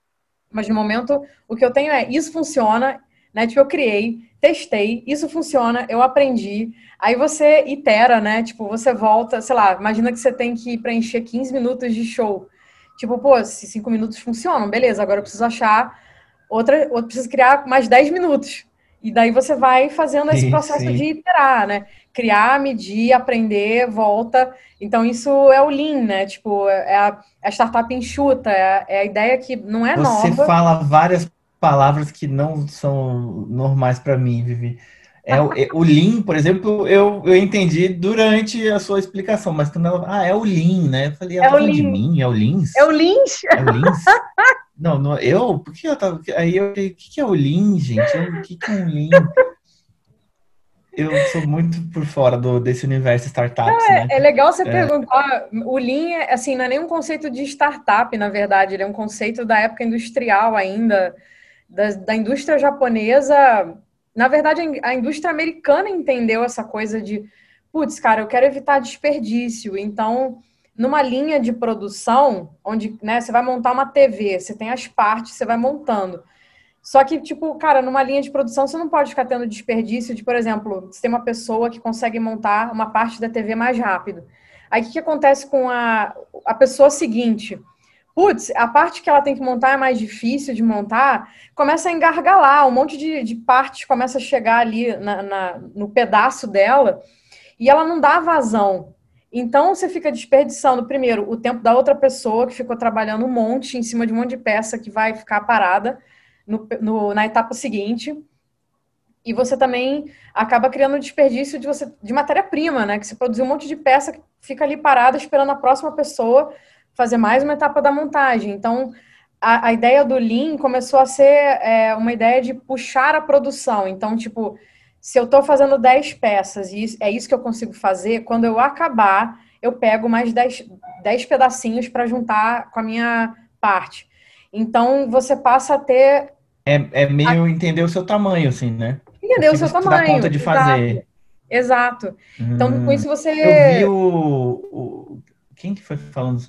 Mas no momento, o que eu tenho é, isso funciona, né? Tipo, eu criei, testei, isso funciona, eu aprendi. Aí você itera, né? Tipo, você volta, sei lá, imagina que você tem que preencher quinze minutos de show. Tipo, pô, se cinco minutos funcionam, beleza, agora eu preciso achar outra, eu preciso criar mais dez minutos. E daí você vai fazendo esse Sim, processo de sim. iterar, né? Criar, medir, aprender, volta. Então, isso é o Lean, né? Tipo, é a, é a startup enxuta, é a, é a ideia que não é Você nova. fala várias palavras que não são normais para mim, Vivi. É, o é, o Lean, por exemplo, eu, eu entendi durante a sua explicação, mas quando ela, ah, é o Lean, né? Eu falei, ela É tá o falando de Lean. mim? É o É o Leans? Lean. É o Leans? Não, não, eu? Por que eu tava. Aí eu falei, o que, que é o Lean, gente? Eu, o que, que é um Lean? Eu sou muito por fora do, desse universo startups, né? É legal você perguntar. O Lean, é, assim, não é nem um conceito de startup, na verdade. Ele é um conceito da época industrial ainda, da, da indústria japonesa. Na verdade, a indústria americana entendeu essa coisa de, putz, cara, eu quero evitar desperdício. Então, numa linha de produção, onde, né, você vai montar uma T V, você tem as partes, você vai montando. Só que, tipo, cara, numa linha de produção você não pode ficar tendo desperdício de, por exemplo, você tem uma pessoa que consegue montar uma parte da T V mais rápido. Aí o que, que acontece com a, a pessoa seguinte? Putz, a parte que ela tem que montar é mais difícil de montar, começa a engargalar, um monte de, de partes começa a chegar ali na, na, no pedaço dela e ela não dá vazão. Então, você fica desperdiçando, primeiro, o tempo da outra pessoa que ficou trabalhando um monte, em cima de um monte de peça que vai ficar parada no, no, na etapa seguinte. E você também acaba criando um desperdício de, você, de matéria-prima, né? Que você produziu um monte de peça que fica ali parada esperando a próxima pessoa fazer mais uma etapa da montagem. Então, a, a ideia do Lean começou a ser é, uma ideia de puxar a produção. Então, tipo, se eu estou fazendo dez peças e é isso que eu consigo fazer, quando eu acabar, eu pego mais dez, dez pedacinhos para juntar com a minha parte. Então, você passa a ter... É, é meio entender o seu tamanho, assim, né? Entender O o que seu você dá tamanho. conta de Exato. fazer. Exato. Então, com Hum, isso eu vi você... o, o... Quem que foi falando?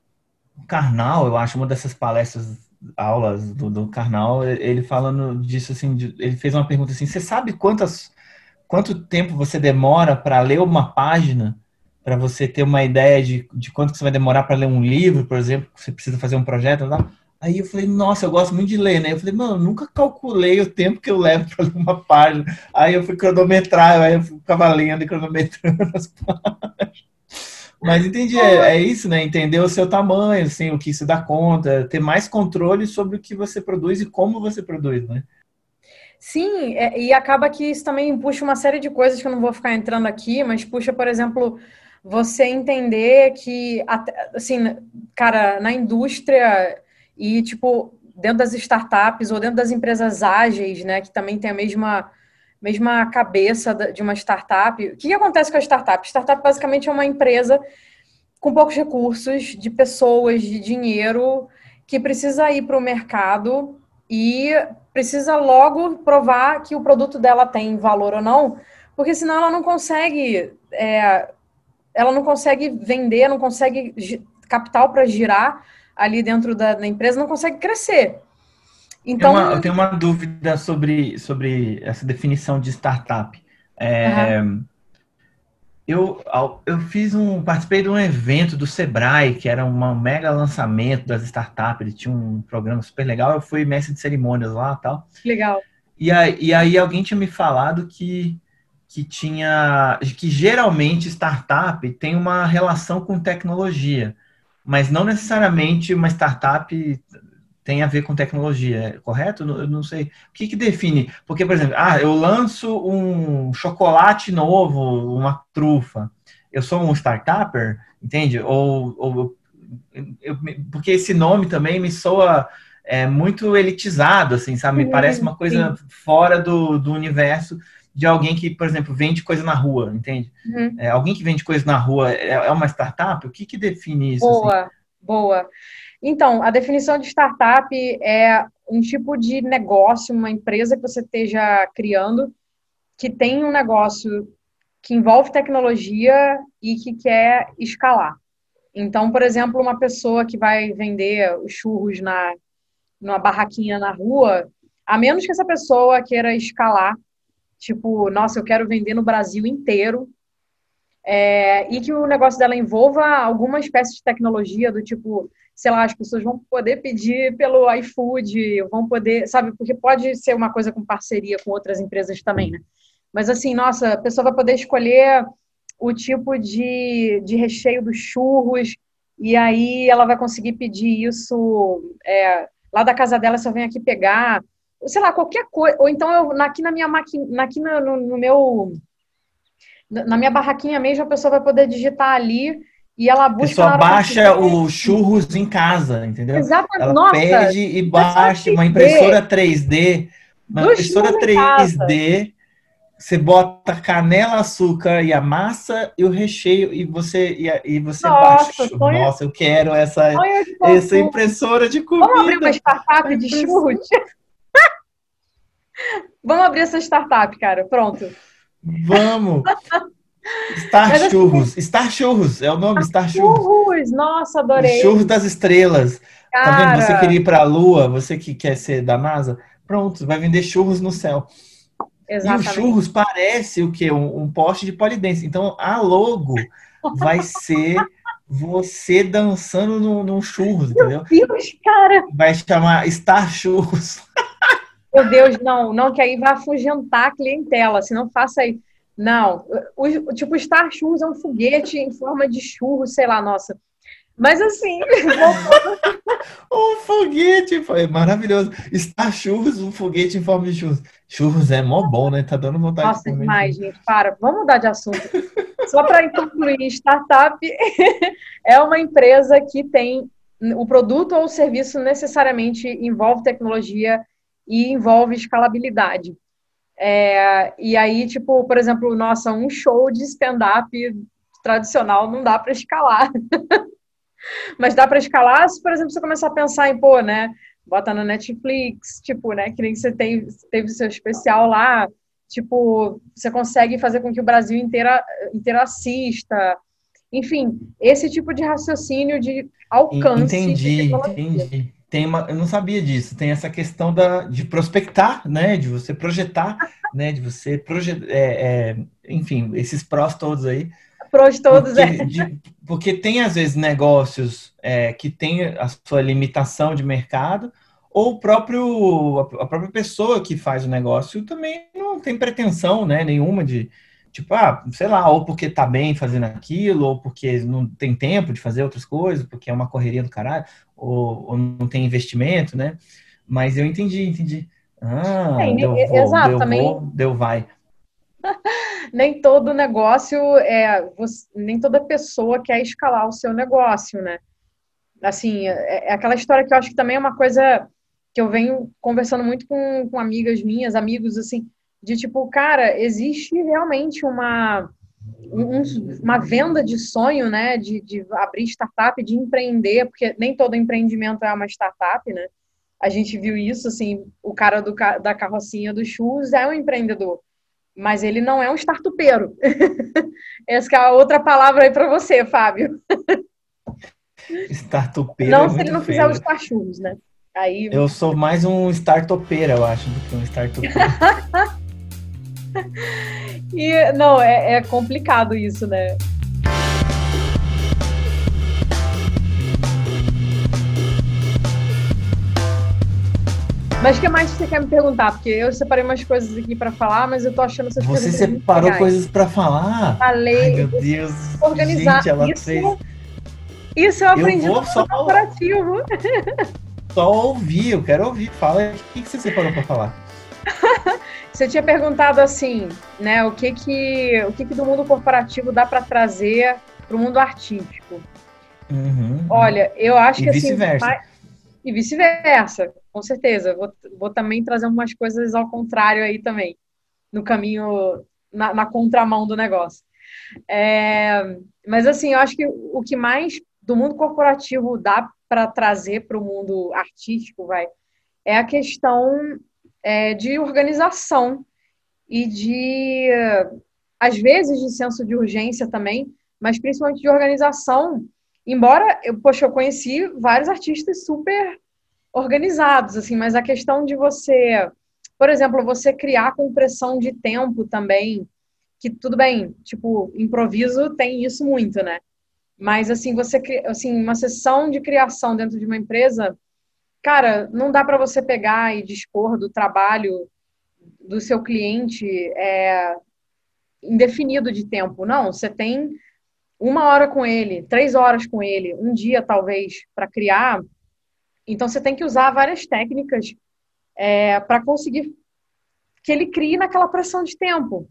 O Karnal, eu acho, uma dessas palestras, aulas do, do Karnal, ele falando disso, assim, de- ele fez uma pergunta assim, você sabe quantas, quanto tempo você demora para ler uma página, para você ter uma ideia de, de quanto que você vai demorar para ler um livro, por exemplo, que você precisa fazer um projeto, tal. Aí eu falei, nossa, eu gosto muito de ler, né? Eu falei, mano, eu nunca calculei o tempo que eu levo para ler uma página. Aí eu fui cronometrar, aí eu ficava lendo e cronometrando as páginas. Mas entendi, é, é isso, né? Entender o seu tamanho, assim, o que se dá conta, ter mais controle sobre o que você produz e como você produz, né? Sim, é, e acaba que isso também puxa uma série de coisas que eu não vou ficar entrando aqui, mas puxa, por exemplo, você entender que, até- assim, cara, na indústria e, tipo, dentro das startups ou dentro das empresas ágeis, né, que também tem a mesma, mesma cabeça da- de uma startup. O que que acontece com a startup? Startup basicamente é uma empresa com poucos recursos, de pessoas, de dinheiro, que precisa ir para o mercado e precisa logo provar que o produto dela tem valor ou não, porque senão ela não consegue, é, ela não consegue vender, não consegue gi- capital para girar ali dentro da, da empresa, não consegue crescer. Tem uma, eu Então, tenho uma dúvida sobre, sobre essa definição de startup. aham, É, eu, ao- eu fiz um, participei de um evento do Sebrae, que era um mega lançamento das startups, ele tinha um programa super legal, eu fui mestre de cerimônias lá e tal. legal. E aí, e aí alguém tinha me falado que, que tinha que geralmente startup tem uma relação com tecnologia, mas não necessariamente uma startup tem a ver com tecnologia, correto? Eu não sei. O que que define? Porque, por exemplo, ah, eu lanço um chocolate novo, uma trufa. Eu sou um startupper, entende? Ou, ou eu, porque esse nome também me soa é, muito elitizado, assim, sabe? Me parece Uhum, uma coisa sim. fora do, do universo de alguém que, por exemplo, vende coisa na rua, entende? Uhum. É, alguém que vende coisa na rua é, é uma startup? O que que define isso, assim? Boa, boa. Então, a definição de startup é um tipo de negócio, uma empresa que você esteja criando, que tem um negócio que envolve tecnologia e que quer escalar. Então, por exemplo, uma pessoa que vai vender os churros na, numa barraquinha na rua, a menos que essa pessoa queira escalar, tipo, nossa, eu quero vender no Brasil inteiro, é, e que o negócio dela envolva alguma espécie de tecnologia do tipo, sei lá, as pessoas vão poder pedir pelo iFood, vão poder, sabe, porque pode ser uma coisa com parceria com outras empresas também, né? Mas assim, nossa, a pessoa vai poder escolher o tipo de, de recheio dos churros, e aí ela vai conseguir pedir isso é, lá da casa dela, só vem aqui pegar, sei lá, qualquer coisa. Ou então eu aqui na minha máquina, aqui no, no, no meu na minha barraquinha mesmo, a pessoa vai poder digitar ali e ela A busca pessoa na hora que ela baixa quiser. o churros em casa, entendeu? Exatamente. Ela Nossa, pede e impressora baixa uma três D impressora três D, uma do impressora churro em casa. três D. Você bota canela, açúcar e a massa e o recheio e você e, a- e você baixa. Nossa, sonho, Nossa, eu quero essa sonho de essa consumo. impressora de Vamos abrir uma comida. A startup de churros? impressora. Vamos abrir essa startup, cara. Pronto. Vamos. Star Mas assim, Churros. Star Churros é o nome, Star Churros. churros, nossa, Os adorei. churros das estrelas. Tá vendo? Você Cara, queria ir para a Lua, você que quer ser da NASA, pronto, vai vender churros no céu. E o exatamente. churros parece o quê? Um, um poste de polidense. Então a logo vai ser você dançando num, num churros, entendeu? Deus, cara. Vai chamar Star Churros. Meu Deus, não, não, que aí vai afugentar a clientela, se não faça aí. Não, o, o tipo, Star Churros é um foguete em forma de churro, sei lá, nossa. Mas assim, Um foguete, foi maravilhoso. Star Churros, um foguete em forma de churros. Churros é mó bom, né? Tá dando vontade de nossa, comer demais, churros. gente, para, vamos mudar de assunto. Só para concluir, startup é uma empresa que tem o produto ou o serviço necessariamente envolve tecnologia e envolve escalabilidade. É, e aí, tipo, por exemplo, nossa, um show de stand-up tradicional não dá para escalar. Mas dá para escalar se, por exemplo, você começar a pensar em, pô, né? Bota no Netflix, tipo, né? Que nem você tem, teve o seu especial lá. Tipo, você consegue fazer com que o Brasil inteira, inteiro assista. Enfim, esse tipo de raciocínio de alcance de Entendi, tecnologia. entendi. Tem uma, eu não sabia disso. Tem essa questão da, de prospectar, né? De você projetar, né? De você projetar, é, é, enfim, esses prós todos aí. Para todos, é. Porque, de, porque tem, às vezes, negócios é, que têm a sua limitação de mercado, ou o próprio, a própria pessoa que faz o negócio também não tem pretensão, né, nenhuma de, tipo, ah, sei lá, ou porque tá bem fazendo aquilo, ou porque não tem tempo de fazer outras coisas, porque é uma correria do caralho, ou, ou não tem investimento, né? Mas eu entendi, entendi. É, Ah, e- deu e- vou, exato, deu também vou, deu vai. nem todo negócio é, você- nem toda pessoa quer escalar o seu negócio, né? Assim, é, é aquela história que eu acho que também é uma coisa que eu venho conversando muito com, com amigas minhas, amigos, assim, de tipo, cara, existe realmente uma, um- uma venda de sonho, né, de, de abrir startup, de empreender, porque nem todo empreendimento é uma startup, né? A gente viu isso, assim, o cara do, ca- da carrocinha do Shoes é um empreendedor, mas ele não é um startupeiro. Essa que é a outra palavra aí para você, Fábio. Startupeiro é Não se ele muito não fizer os feio. cachorros, né? Aí, Eu sou mais um startupeiro, eu acho, do que um startupeiro. e não, é, é complicado isso, né? Mas o que mais você quer me perguntar? Porque eu separei umas coisas aqui para falar, mas eu tô achando essas Você perguntas muito separou legais. coisas para falar? Ai, Falei, meu Deus. organizar. Gente, ela fez. Isso, isso eu Eu aprendi no vou só, mundo corporativo. só ouvir, eu quero ouvir. Fala, o que que você separou para falar? Você tinha perguntado assim, né? O que que, o que, que do mundo corporativo dá para trazer para o mundo artístico? Uhum, uhum. Olha, eu acho E que assim, vice-versa. mais- e vice-versa, com certeza. Vou, vou também trazer umas coisas ao contrário aí também, no caminho, na, na contramão do negócio. É, mas assim, eu acho que o que mais do mundo corporativo dá para trazer para o mundo artístico, vai, é a questão é, de organização e de, às vezes, de senso de urgência também, mas principalmente de organização. Embora eu, poxa, eu conheci vários artistas super organizados, assim, mas a questão de você, por exemplo, você criar com pressão de tempo também, que tudo bem, tipo, improviso tem isso muito, né? Mas assim, você assim, uma sessão de criação dentro de uma empresa, cara, não dá para você pegar e dispor do trabalho do seu cliente é, indefinido de tempo. Não, você tem uma hora com ele, três horas com ele, um dia talvez para criar. Então você tem que usar várias técnicas é, para conseguir que ele crie naquela pressão de tempo.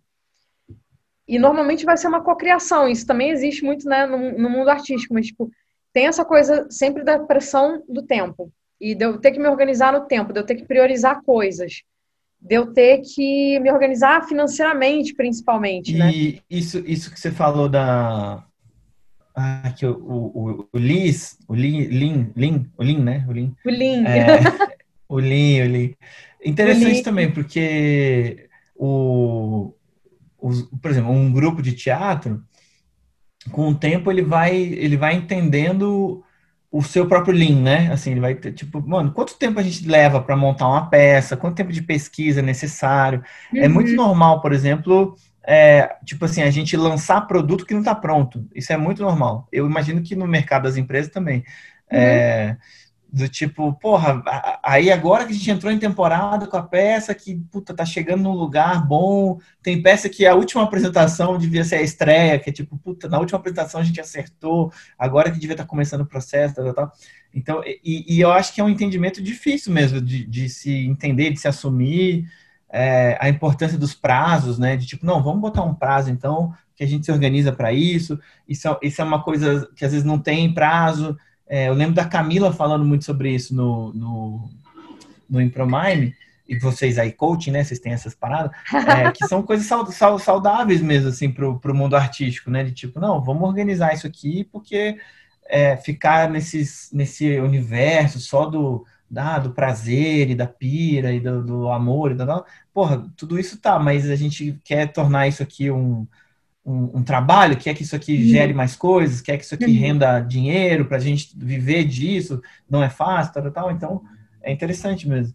E normalmente vai ser uma cocriação. Isso também existe muito, né, no, no mundo artístico, mas tipo, tem essa coisa sempre da pressão do tempo. E de eu ter que me organizar no tempo, de eu ter que priorizar coisas, de eu ter que me organizar financeiramente, principalmente, né? E isso, isso que você falou da. Ah, que o, o, o, o Liz, o Lin, Lin, Lin, o Lin, né? O Lin. O Lean, É, o Lin, o Lin. o Interessante Lean. também, porque o, os, por exemplo, um grupo de teatro, com o tempo ele vai, ele vai entendendo o seu próprio lean, né? Assim, ele vai ter, tipo, mano, quanto tempo a gente leva para montar uma peça? Quanto tempo de pesquisa é necessário? É muito Uhum, normal, por exemplo, é, tipo assim, a gente lançar produto que não está pronto. Isso é muito normal. Eu imagino que no mercado das empresas também. uhum. É, Do tipo, porra, aí agora que a gente entrou em temporada com a peça que, puta, tá chegando num lugar bom, tem peça que a última apresentação devia ser a estreia, que é tipo, puta, na última apresentação a gente acertou, agora que devia estar começando o processo, tal, tal, tal. Então, e, e eu acho que é um entendimento difícil mesmo de, de se entender, de se assumir, é, a importância dos prazos, né, de tipo, não, vamos botar um prazo então, que a gente se organiza para isso, isso, é- isso é uma coisa que às vezes não tem prazo. É, eu lembro da Camila falando muito sobre isso no, no, no Impromime, e vocês aí, coaching, né? Vocês têm essas paradas, é, que são coisas sau- sau- saudáveis mesmo, assim, pro, pro mundo artístico, né? De tipo, não, vamos organizar isso aqui, porque é, ficar nesses, nesse universo só do, da, do prazer e da pira e do, do amor e da, porra, tudo isso tá, mas a gente quer tornar isso aqui um um, um trabalho, quer que isso aqui gere Uhum. mais coisas, quer que isso aqui Uhum. renda dinheiro para a gente viver disso, não é fácil, tal, tal, então é interessante mesmo.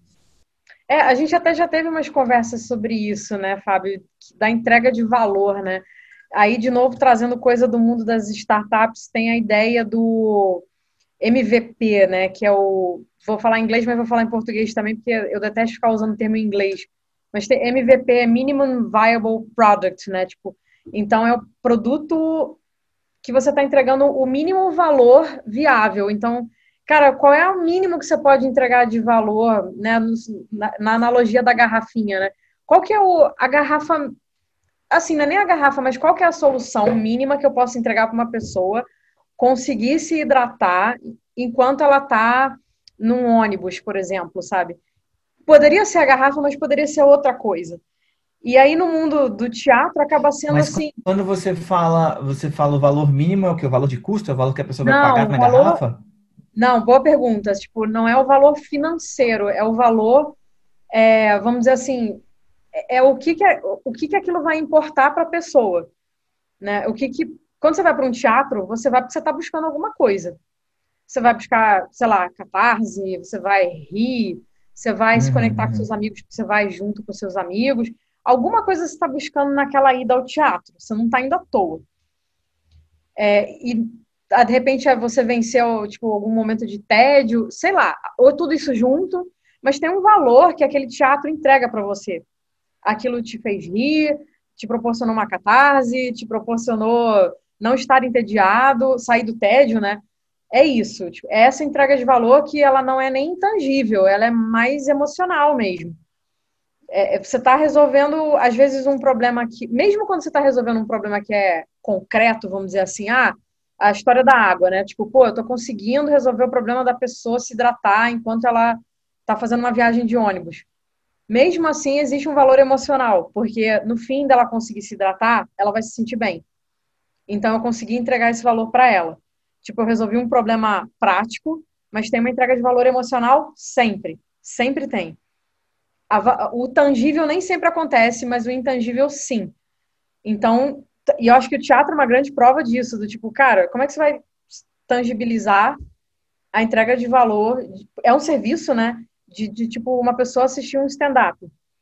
É, a gente até já teve umas conversas sobre isso, né, Fábio, da entrega de valor, né? Aí, de novo, trazendo coisa do mundo das startups, tem a ideia do M V P, né, que é o... Vou falar em inglês, mas vou falar em português também, porque eu detesto ficar usando o termo em inglês. Mas tem M V P, é Minimum Viable Product, né? Tipo, então é o produto que você está entregando o mínimo valor viável. Então, cara, qual é o mínimo que você pode entregar de valor, né? Na, na analogia da garrafinha, né? Qual que é o, a garrafa, assim, não é nem a garrafa, mas qual que é a solução mínima que eu posso entregar para uma pessoa conseguir se hidratar enquanto ela está num ônibus, por exemplo, sabe? Poderia ser a garrafa, mas poderia ser outra coisa. E aí, no mundo do teatro, acaba sendo Mas assim, quando você fala, você fala o valor mínimo, é o que? O valor de custo? É o valor que a pessoa vai não, pagar o na valor. garrafa? Não, boa pergunta. Tipo, não é o valor financeiro, é o valor, é, vamos dizer assim, é, é o que que, é- o que que aquilo vai importar para a pessoa, né? O que que, quando você vai para um teatro, você vai porque você está buscando alguma coisa. Você vai buscar, sei lá, catarse, você vai rir, você vai se Uhum, conectar com seus uhum. amigos, você vai junto com seus amigos. Alguma coisa você está buscando naquela ida ao teatro. Você não está indo à toa. E ah, de repente é você venceu tipo algum momento de tédio, sei lá, ou tudo isso junto, mas tem um valor que aquele teatro entrega para você. Aquilo te fez rir, te proporcionou uma catarse, te proporcionou não estar entediado, sair do tédio, né? É isso, tipo, é essa entrega de valor que ela não é nem intangível, ela é mais emocional mesmo. É, você está resolvendo, às vezes, um problema que, mesmo quando você está resolvendo um problema que é concreto, vamos dizer assim, ah, a história da água, né? Tipo, pô, eu estou conseguindo resolver o problema da pessoa se hidratar enquanto ela está fazendo uma viagem de ônibus. Mesmo assim, existe um valor emocional, porque no fim dela conseguir se hidratar, ela vai se sentir bem. Então, eu consegui entregar esse valor para ela. Tipo, eu resolvi um problema prático, mas tem uma entrega de valor emocional sempre. Sempre tem. A, o tangível nem sempre acontece, mas o intangível sim. Então, e eu acho que o teatro é uma grande prova disso, do tipo, cara, como é que você vai tangibilizar a entrega de valor? É um serviço, né? De, de tipo, uma pessoa assistir um stand-up.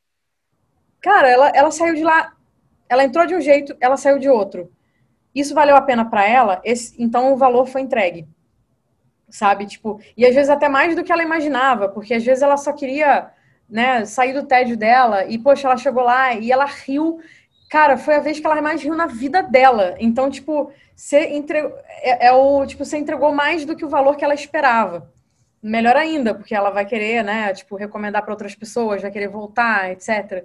Cara, ela, ela saiu de lá, ela entrou de um jeito, ela saiu de outro. Isso valeu a pena para ela, esse, então o valor foi entregue, sabe? Tipo, e às vezes até mais do que ela imaginava, porque às vezes ela só queria, né, sair do tédio dela e, poxa, ela chegou lá e ela riu. Cara, foi a vez que ela mais riu na vida dela. Então, tipo, você entregou, é, é o, tipo, você entregou mais do que o valor que ela esperava. Melhor ainda, porque ela vai querer, né, tipo, recomendar para outras pessoas, vai querer voltar, etcétera.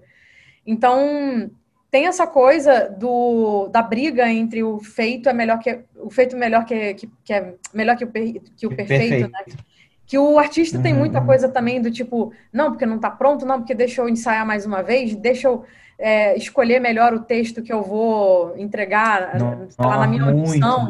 Então, tem essa coisa do, da briga entre o feito é melhor que o feito melhor que, que, que é melhor que o, per, que o perfeito, né? Perfeito. Que o artista tem Uhum, muita uhum. coisa também do tipo, não, porque não está pronto, não, porque deixa eu ensaiar mais uma vez, deixa eu é, escolher melhor o texto que eu vou entregar, sei lá, na Nó, minha muito. audição,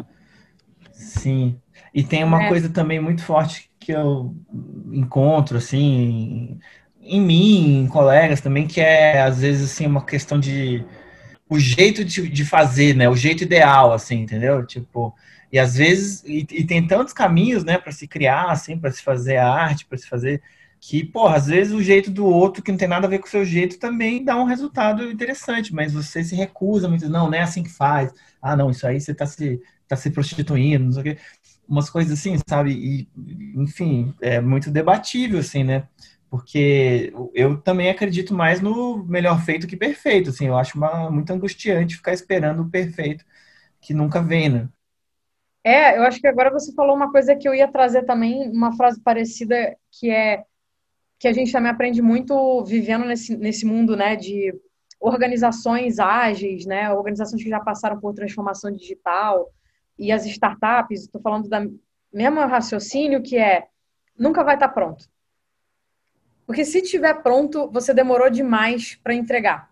Sim. E tem uma né? coisa também muito forte que eu encontro, assim, em mim, em colegas também, que é, às vezes, assim, uma questão de o jeito de, de fazer, né? O jeito ideal, assim, entendeu? Tipo, e às vezes, e, e tem tantos caminhos, né, para se criar, assim, para se fazer a arte, para se fazer, que, porra, às vezes o jeito do outro, que não tem nada a ver com o seu jeito, também dá um resultado interessante, mas você se recusa muito, não, não é assim que faz. Ah, não, isso aí você tá se tá se prostituindo, não sei o quê. Umas coisas assim, sabe? E, enfim, é muito debatível, assim, né? Porque eu também acredito mais no melhor feito que perfeito, assim. Eu acho uma, muito angustiante ficar esperando o perfeito que nunca vem, né? É, eu acho que agora você falou uma coisa que eu ia trazer também, uma frase parecida, que é que a gente também aprende muito vivendo nesse, nesse mundo, né, de organizações ágeis, né, organizações que já passaram por transformação digital e as startups, estou falando da mesmo raciocínio que é nunca vai estar pronto. Porque se estiver pronto, você demorou demais para entregar.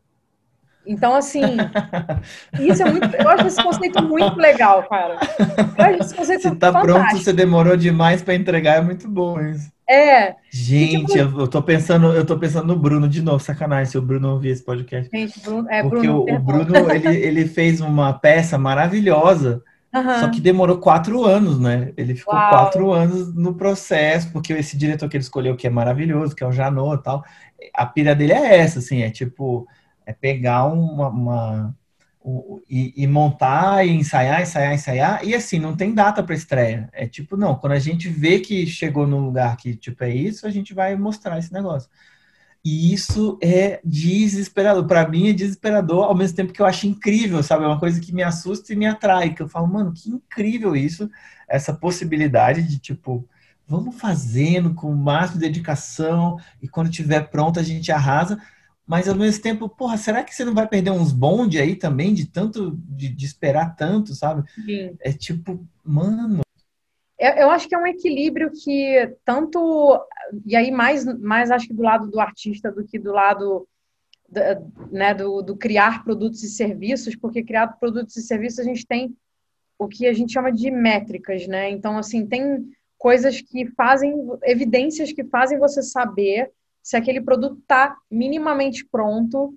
Então, assim, isso é muito. Eu acho esse conceito muito legal, cara. Eu acho esse Se conceito tá pronto, você fantástico. demorou demais para entregar, é muito bom isso. É. Que tipo, Gente, eu eu tô pensando, eu tô pensando no Bruno de novo, sacanagem se o Bruno ouvir esse podcast. gente, Bruno, é, Porque o, Bruno, o perdão. Bruno, ele, ele fez uma peça maravilhosa, só que Aham. demorou quatro anos, né? Ele ficou quatro Uau. anos no processo, porque esse diretor que ele escolheu, que é maravilhoso, que é o Janot e tal, a pira dele é essa, assim, é tipo, é pegar uma, uma- o- e, e montar, e ensaiar, ensaiar, ensaiar, e assim, não tem data para estreia. É tipo, não, quando a gente vê que chegou num lugar que, tipo, é isso, a gente vai mostrar esse negócio. E isso é desesperador. Para mim é desesperador, ao mesmo tempo que eu acho incrível, sabe? É uma coisa que me assusta e me atrai, que eu falo, mano, que incrível isso, essa possibilidade de, tipo, vamos fazendo com o máximo de dedicação e quando tiver pronto a gente arrasa. Mas ao mesmo tempo, porra, será que você não vai perder uns bonde aí também de tanto, de, de esperar tanto, sabe? Sim. É tipo, mano. Eu, eu acho que é um equilíbrio que tanto, e aí mais, mais acho que do lado do artista do que do lado da- né, do, do criar produtos e serviços, porque criar produtos e serviços a gente tem o que a gente chama de métricas, né? Então, assim, tem coisas que fazem, evidências que fazem você saber se aquele produto está minimamente pronto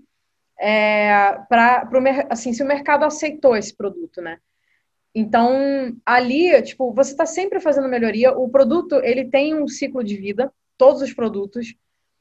é, para assim, se o mercado aceitou esse produto, né? Então, ali, tipo, você está sempre fazendo melhoria. O produto, ele tem um ciclo de vida, todos os produtos,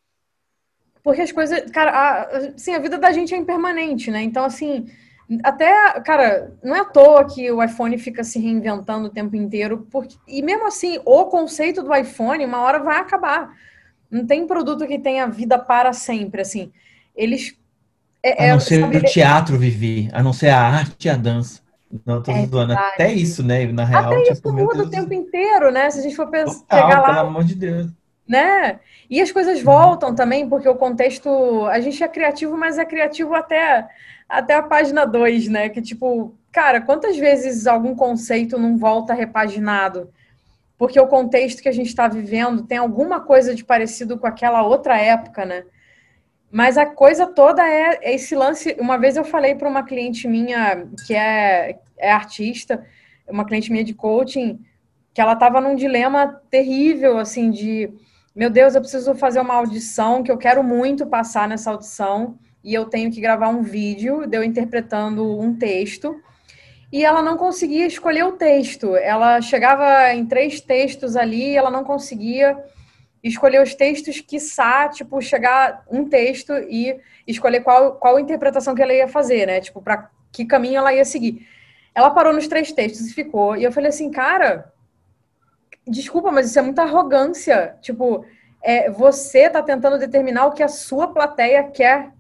porque as coisas, cara, a, assim, a vida da gente é impermanente, né? Então, assim, até, cara, não é à toa que o iPhone fica se reinventando o tempo inteiro, porque, e mesmo assim, o conceito do iPhone, uma hora vai acabar. Não tem produto que tenha vida para sempre, assim. Eles, A é, não é, ser o sabe, teatro, Vivi, a não ser a arte e a dança. Não, tô é zoando. Até verdade. isso, né? Na Até real, isso tipo, meu muda o Deus do tempo céu. inteiro, né? Se a gente for pens- pegar Total, lá, pelo amor de Deus. né? E as coisas Uhum. voltam também, porque o contexto. A gente é criativo, mas é criativo até, até a página dois, né? Que tipo, cara, quantas vezes algum conceito não volta repaginado? Porque o contexto que a gente está vivendo tem alguma coisa de parecido com aquela outra época, né? Mas a coisa toda é é esse lance. Uma vez eu falei para uma cliente minha que é, é artista, uma cliente minha de coaching, que ela estava num dilema terrível, assim, de meu Deus, eu preciso fazer uma audição, que eu quero muito passar nessa audição, e eu tenho que gravar um vídeo de eu interpretando um texto, e ela não conseguia escolher o texto. Ela chegava em três textos ali, e ela não conseguia escolher os textos, quiçá, tipo, chegar um texto e escolher qual, qual interpretação que ela ia fazer, né? Tipo, para que caminho ela ia seguir. Ela parou nos três textos e ficou. E eu falei assim, cara, desculpa, mas isso é muita arrogância. Tipo, é, você tá tentando determinar o que a sua plateia quer.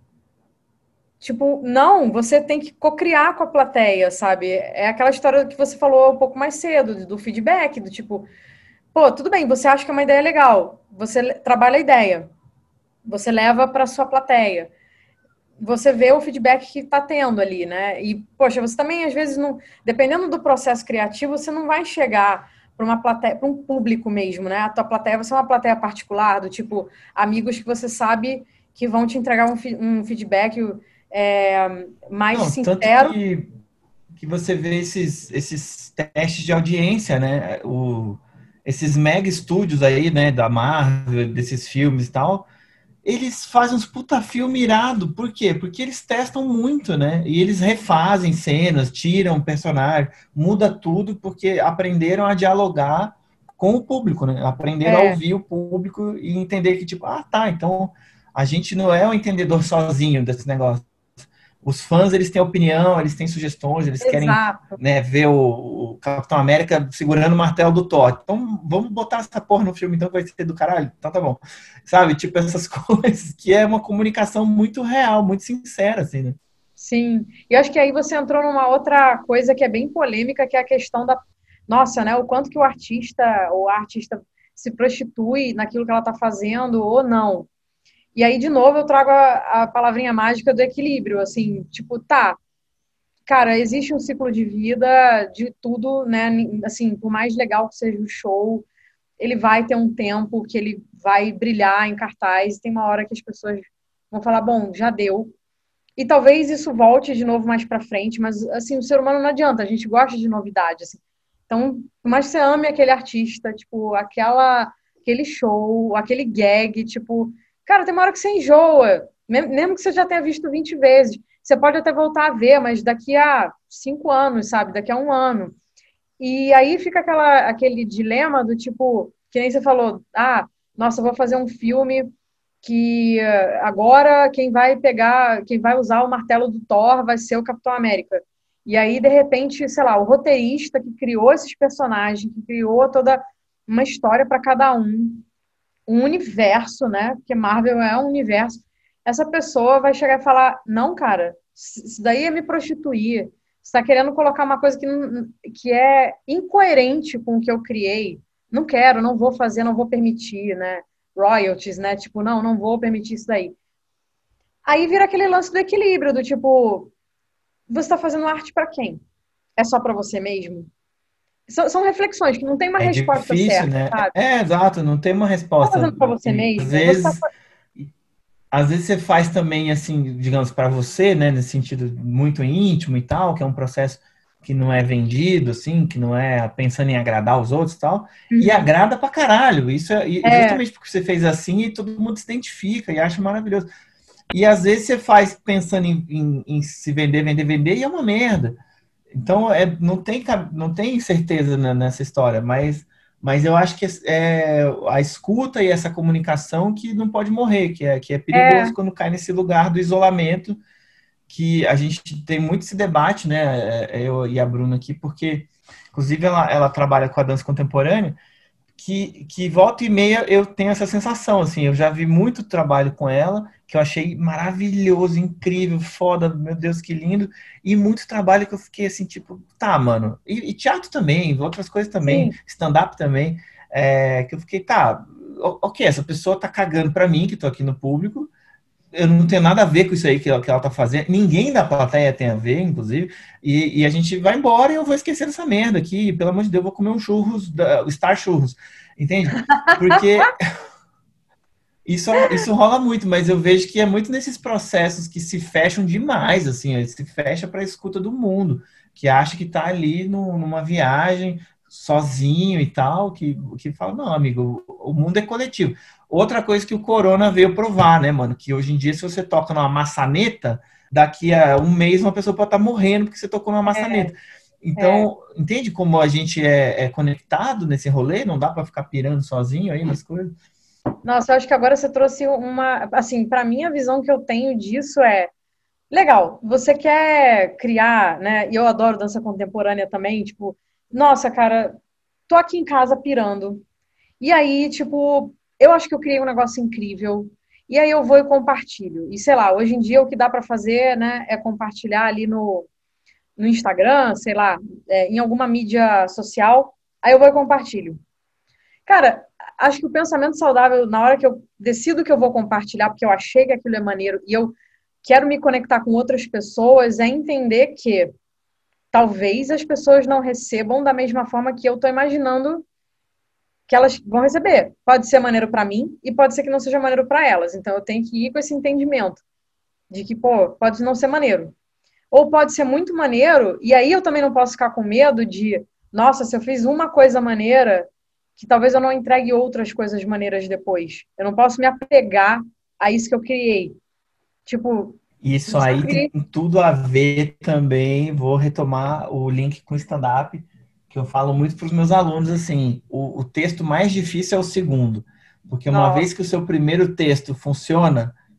Tipo, não, você tem que cocriar com a plateia, sabe? É aquela história que você falou um pouco mais cedo, do feedback, do tipo, pô, tudo bem, você acha que é uma ideia legal, você trabalha a ideia, você leva para sua plateia, você vê o feedback que está tendo ali, né? E, poxa, você também, às vezes, não, dependendo do processo criativo, você não vai chegar para uma plateia, para um público mesmo, né? A tua plateia vai ser uma plateia particular, do tipo, amigos que você sabe que vão te entregar um, um feedback é, mais Não, tanto sincero. que, que você vê esses, esses testes de audiência, né? O, esses mega estúdios aí, né, da Marvel, desses filmes e tal, eles fazem uns puta filme irado. Por quê? Porque eles testam muito, né? E eles refazem cenas, tiram personagem, muda tudo, porque aprenderam a dialogar com o público, né? Aprenderam a É, ouvir o público e entender que, tipo, ah, tá, então a gente não é o entendedor sozinho desse negócio. os fãs, eles têm opinião, eles têm sugestões, eles querem, Exato. né, ver o, o Capitão América segurando o martelo do Thor. Então, vamos botar essa porra no filme, então, que vai ser do caralho. Então, tá bom. Sabe? Tipo, essas coisas que é uma comunicação muito real, muito sincera, assim, né? Sim. E eu acho que aí você entrou numa outra coisa que é bem polêmica, que é a questão da, nossa, né, o quanto que o artista ou a artista se prostitui naquilo que ela está fazendo ou não. E aí, de novo, eu trago a, a palavrinha mágica do equilíbrio, assim, tipo, tá, cara, existe um ciclo de vida de tudo, né? Assim, por mais legal que seja o show, ele vai ter um tempo que ele vai brilhar em cartaz, tem uma hora que as pessoas vão falar, bom, já deu. E talvez isso volte de novo mais pra frente, mas assim, o ser humano não adianta, a gente gosta de novidade, assim. Então, por mais que você ame aquele artista, tipo, aquela, aquele show, aquele gag, tipo, cara, tem uma hora que você enjoa, mesmo que você já tenha visto vinte vezes. Você pode até voltar a ver, mas daqui a cinco anos, sabe? Daqui a um ano. E aí fica aquela, aquele dilema do tipo, que nem você falou, ah, nossa, eu vou fazer um filme que eh, agora quem vai pegar, quem vai usar o martelo do Thor vai ser o Capitão América. E aí, de repente, sei lá, o roteirista que criou esses personagens, que criou toda uma história para cada um, um universo, né? Porque Marvel é um universo. Essa pessoa vai chegar e falar: não, cara, isso daí é me prostituir. Você está querendo colocar uma coisa que, não, que é incoerente com o que eu criei. Não quero, não vou fazer, não vou permitir, né? Royalties, né? Tipo, não, não vou permitir isso daí. Aí vira aquele lance do equilíbrio, do tipo, você está fazendo arte para quem? É só para você mesmo? São, são reflexões que não tem uma É resposta difícil, certa, né? sabe? É, exato, não tem uma Você está resposta. fazendo para você E às mesmo? Você está vezes, às vezes você faz também, assim, digamos, para você, né, nesse sentido muito íntimo e tal, que é um processo que não é vendido, assim, que não é pensando em agradar os outros e tal, e uhum. agrada pra caralho. Isso é e É, justamente porque você fez assim e todo mundo se identifica e acha maravilhoso. E às vezes você faz pensando em, em, em se vender, vender, vender, e é uma merda. Então, é, não tem, ca- não tem certeza na- nessa história, mas, mas eu acho que é a escuta e essa comunicação que não pode morrer, que é, que é é, perigoso quando cai nesse lugar do isolamento, que a gente tem muito esse debate, né, é, eu e a Bruna aqui, porque, inclusive, ela, ela trabalha com a dança contemporânea, que, que volta e meia eu tenho essa sensação, assim, eu já vi muito trabalho com ela, que eu achei maravilhoso, incrível, foda, meu Deus, que lindo, e muito trabalho que eu fiquei assim, tipo, tá, mano, e, e teatro também, outras coisas também, sim, stand-up também, é, que eu fiquei, tá, ok, essa pessoa tá cagando pra mim, que tô aqui no público, eu não tenho nada a ver com isso aí que ela, que ela tá fazendo. Ninguém da plateia tem a ver, inclusive. E, e a gente vai embora e eu vou esquecer dessa merda aqui. Pelo amor de Deus, eu vou comer um churros, da, o Star Churros. Entende? Porque isso, isso rola muito, mas eu vejo que é muito nesses processos que se fecham demais, assim, se fecha para a escuta do mundo, que acha que está ali no, numa viagem sozinho e tal, que, que fala, não, amigo, o, o mundo é coletivo. Outra coisa que o Corona veio provar, né, mano, que hoje em dia, se você toca numa maçaneta, daqui a um mês uma pessoa pode estar morrendo porque você tocou numa é, maçaneta. é. Então, entende como a gente é, é conectado nesse rolê? Não dá para ficar pirando sozinho aí nas coisas? Nossa, eu acho que agora você trouxe uma, assim, para mim a visão que eu tenho disso é, legal, você quer criar, né? E eu adoro dança contemporânea também, tipo, nossa, cara, tô aqui em casa pirando. E aí, tipo, eu acho que eu criei um negócio incrível. E aí eu vou e compartilho. E sei lá, hoje em dia o que dá para fazer, né, é compartilhar ali no, no Instagram, sei lá, é, em alguma mídia social. Aí eu vou e compartilho. Cara, acho que o pensamento saudável, na hora que eu decido que eu vou compartilhar, porque eu achei que aquilo é maneiro e eu quero me conectar com outras pessoas, é entender que talvez as pessoas não recebam da mesma forma que eu estou imaginando que elas vão receber. Pode ser maneiro para mim e pode ser que não seja maneiro para elas. Então eu tenho que ir com esse entendimento de que, pô, pode não ser maneiro. Ou pode ser muito maneiro, e aí eu também não posso ficar com medo de, nossa, se eu fiz uma coisa maneira, que talvez eu não entregue outras coisas maneiras depois. Eu não posso me apegar a isso que eu criei. Tipo, Isso se eu aí tem criei. tudo a ver também. Vou retomar o link com o stand-up, que eu falo muito para os meus alunos assim: o, o texto mais difícil é o segundo, porque uma vez Nossa, que o seu primeiro texto funciona,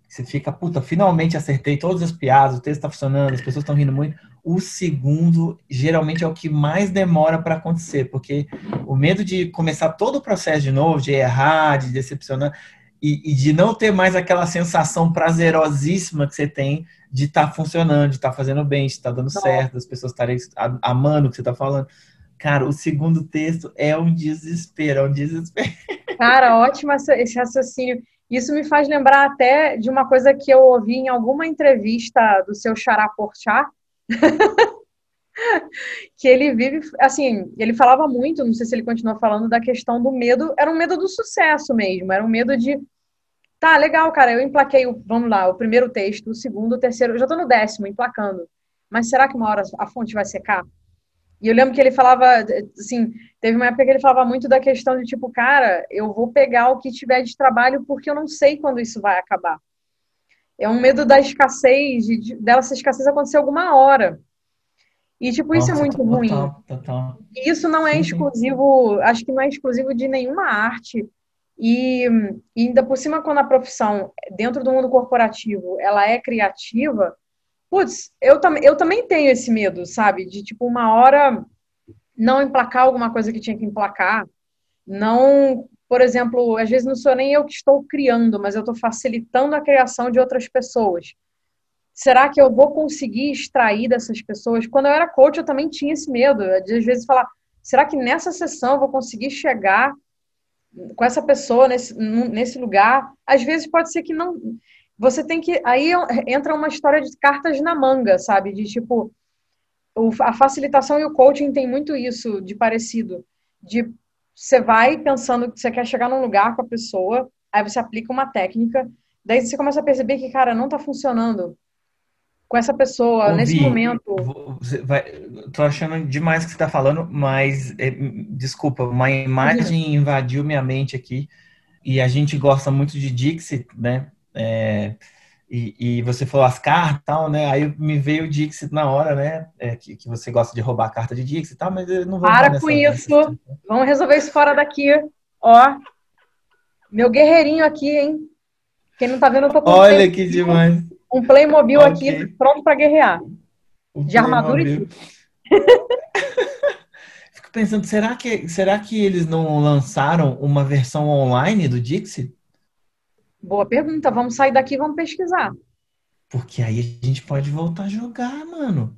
você fica, puta, finalmente acertei todas as piadas, o texto tá funcionando, as pessoas estão rindo muito. O segundo, geralmente, é o que mais demora para acontecer, porque o medo de começar todo o processo de novo, de errar, de decepcionar, e, e de não ter mais aquela sensação prazerosíssima que você tem de estar tá funcionando, de estar tá fazendo bem, de estar tá dando certo, as pessoas estarem amando o que você está falando. Cara, o segundo texto é um desespero, é um desespero. Cara, ótimo esse raciocínio. Isso me faz lembrar até de uma coisa que eu ouvi em alguma entrevista do seu Xará Porchat, que ele vive, assim, ele falava muito, não sei se ele continua falando, da questão do medo, era um medo do sucesso mesmo, era um medo de, tá, legal, cara, eu emplaquei, o, vamos lá, o primeiro texto, o segundo, o terceiro, eu já tô no décimo, emplacando, mas será que uma hora a fonte vai secar? E eu lembro que ele falava, assim, teve uma época que ele falava muito da questão de tipo, cara, eu vou pegar o que tiver de trabalho porque eu não sei quando isso vai acabar. É um medo da escassez, de, dessa escassez acontecer alguma hora. E, tipo, isso Nossa, é muito total, ruim. total. E isso não é Sim, exclusivo, sim. Acho que não é exclusivo de nenhuma arte. E, e ainda por cima, quando a profissão, dentro do mundo corporativo, ela é criativa, putz, eu, tam, eu também tenho esse medo, sabe? De, tipo, uma hora não emplacar alguma coisa que tinha que emplacar. Não, por exemplo, às vezes não sou nem eu que estou criando, mas eu estou facilitando a criação de outras pessoas. Será que eu vou conseguir extrair dessas pessoas? Quando eu era coach, eu também tinha esse medo. De, às vezes, falar, será que nessa sessão eu vou conseguir chegar com essa pessoa nesse, nesse lugar? Às vezes pode ser que não... Você tem que... Aí entra uma história de cartas na manga, sabe? De tipo... A facilitação e o coaching tem muito isso de parecido. De você vai pensando que você quer chegar num lugar com a pessoa, aí você aplica uma técnica, daí você começa a perceber que, cara, não tá funcionando com essa pessoa, Ouvi, nesse momento. Você vai, tô achando demais o que você está falando, mas é, desculpa, uma imagem invadiu minha mente aqui e a gente gosta muito de Dixit, né? É, e, e você falou as cartas e tal, né? Aí me veio o Dixit na hora, né? É, que, que você gosta de roubar a carta de Dixit e tal, mas eu não vou entrar Para nessa, com isso! nessa... Vamos resolver isso fora daqui. Ó, meu guerreirinho aqui, hein? Quem não tá vendo, eu tô com Olha um que demais! Um Playmobil okay. aqui pronto para guerrear. O de armadura e tudo. Fico pensando, será que, será que eles não lançaram uma versão online do Dixit? Boa pergunta. Vamos sair daqui e vamos pesquisar. Porque aí a gente pode voltar a jogar, mano.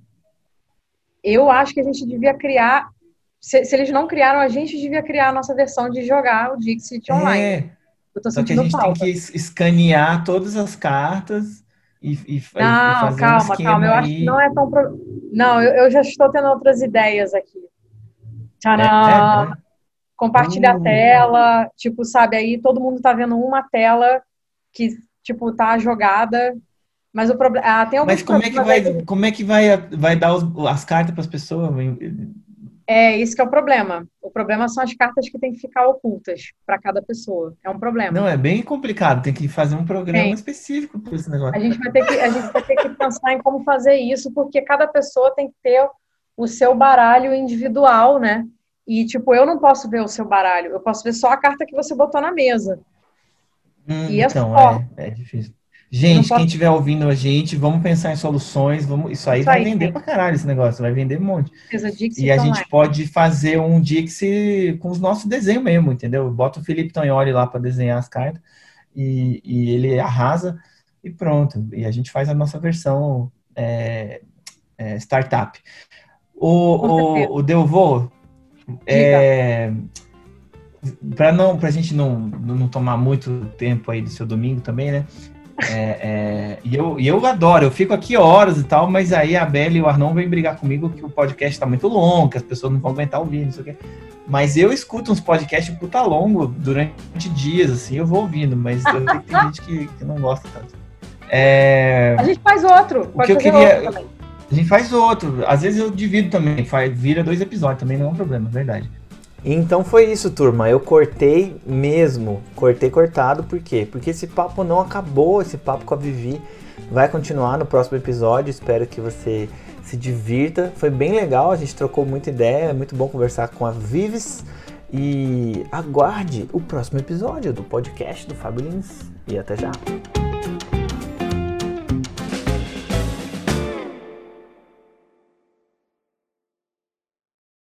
Eu acho que a gente devia criar... Se, se eles não criaram, a gente devia criar a nossa versão de jogar o Dixit online. É, eu tô só que a gente falta. tem que escanear todas as cartas e, e, não, e fazer calma, um esquema calma. Eu aí. acho que não é tão... Pro... Não, eu, eu já estou tendo outras ideias aqui. Tcharam! É, é. Compartilhar uh. a tela. Tipo, sabe, aí todo mundo tá vendo uma tela que, tipo, tá jogada. Mas o problema... Ah, tem Mas como é que vai, aí... como é que vai, vai dar os, as cartas para as pessoas? É, isso que é o problema. O problema são as cartas que tem que ficar ocultas para cada pessoa. É um problema. Não, é bem complicado. Tem que fazer um programa Sim. específico para esse negócio. A gente vai ter que, a gente vai ter que pensar em como fazer isso, porque cada pessoa tem que ter o seu baralho individual, né? E, tipo, eu não posso ver o seu baralho. Eu posso ver só a carta que você botou na mesa. Hum, e então, é só. É, é difícil. Gente, posso... quem estiver ouvindo a gente, vamos pensar em soluções. Vamos... Isso aí isso vai aí, vender sim. pra caralho esse negócio. Vai vender um monte. E a gente online. pode fazer um Dixie com os nossos desenhos mesmo, entendeu? Bota o Felipe Tognoli lá para desenhar as cartas e, e ele arrasa e pronto. E a gente faz a nossa versão é, é, startup. O, o, o Delvaux, é, para não, pra gente não, não tomar muito tempo aí do seu domingo também, né? É, é, e, eu, e eu adoro, eu fico aqui horas e tal, mas aí a Bela e o Arnon vêm brigar comigo que o podcast tá muito longo, que as pessoas não vão aguentar ouvir, não sei o quê. Mas eu escuto uns podcasts puta longo durante dias, assim, eu vou ouvindo, mas eu sei que tem gente que, que não gosta tanto. É, a gente faz outro, pode o que eu queria, outro a gente faz outro, às vezes eu divido também, faz, vira dois episódios, também não é um problema, é verdade. Então foi isso, turma. Eu cortei mesmo. Cortei cortado, por quê? Porque esse papo não acabou, esse papo com a Vivi vai continuar no próximo episódio. Espero que você se divirta. Foi bem legal, a gente trocou muita ideia, é muito bom conversar com a Vives. E aguarde o próximo episódio do podcast do Fábio Lins. E até já!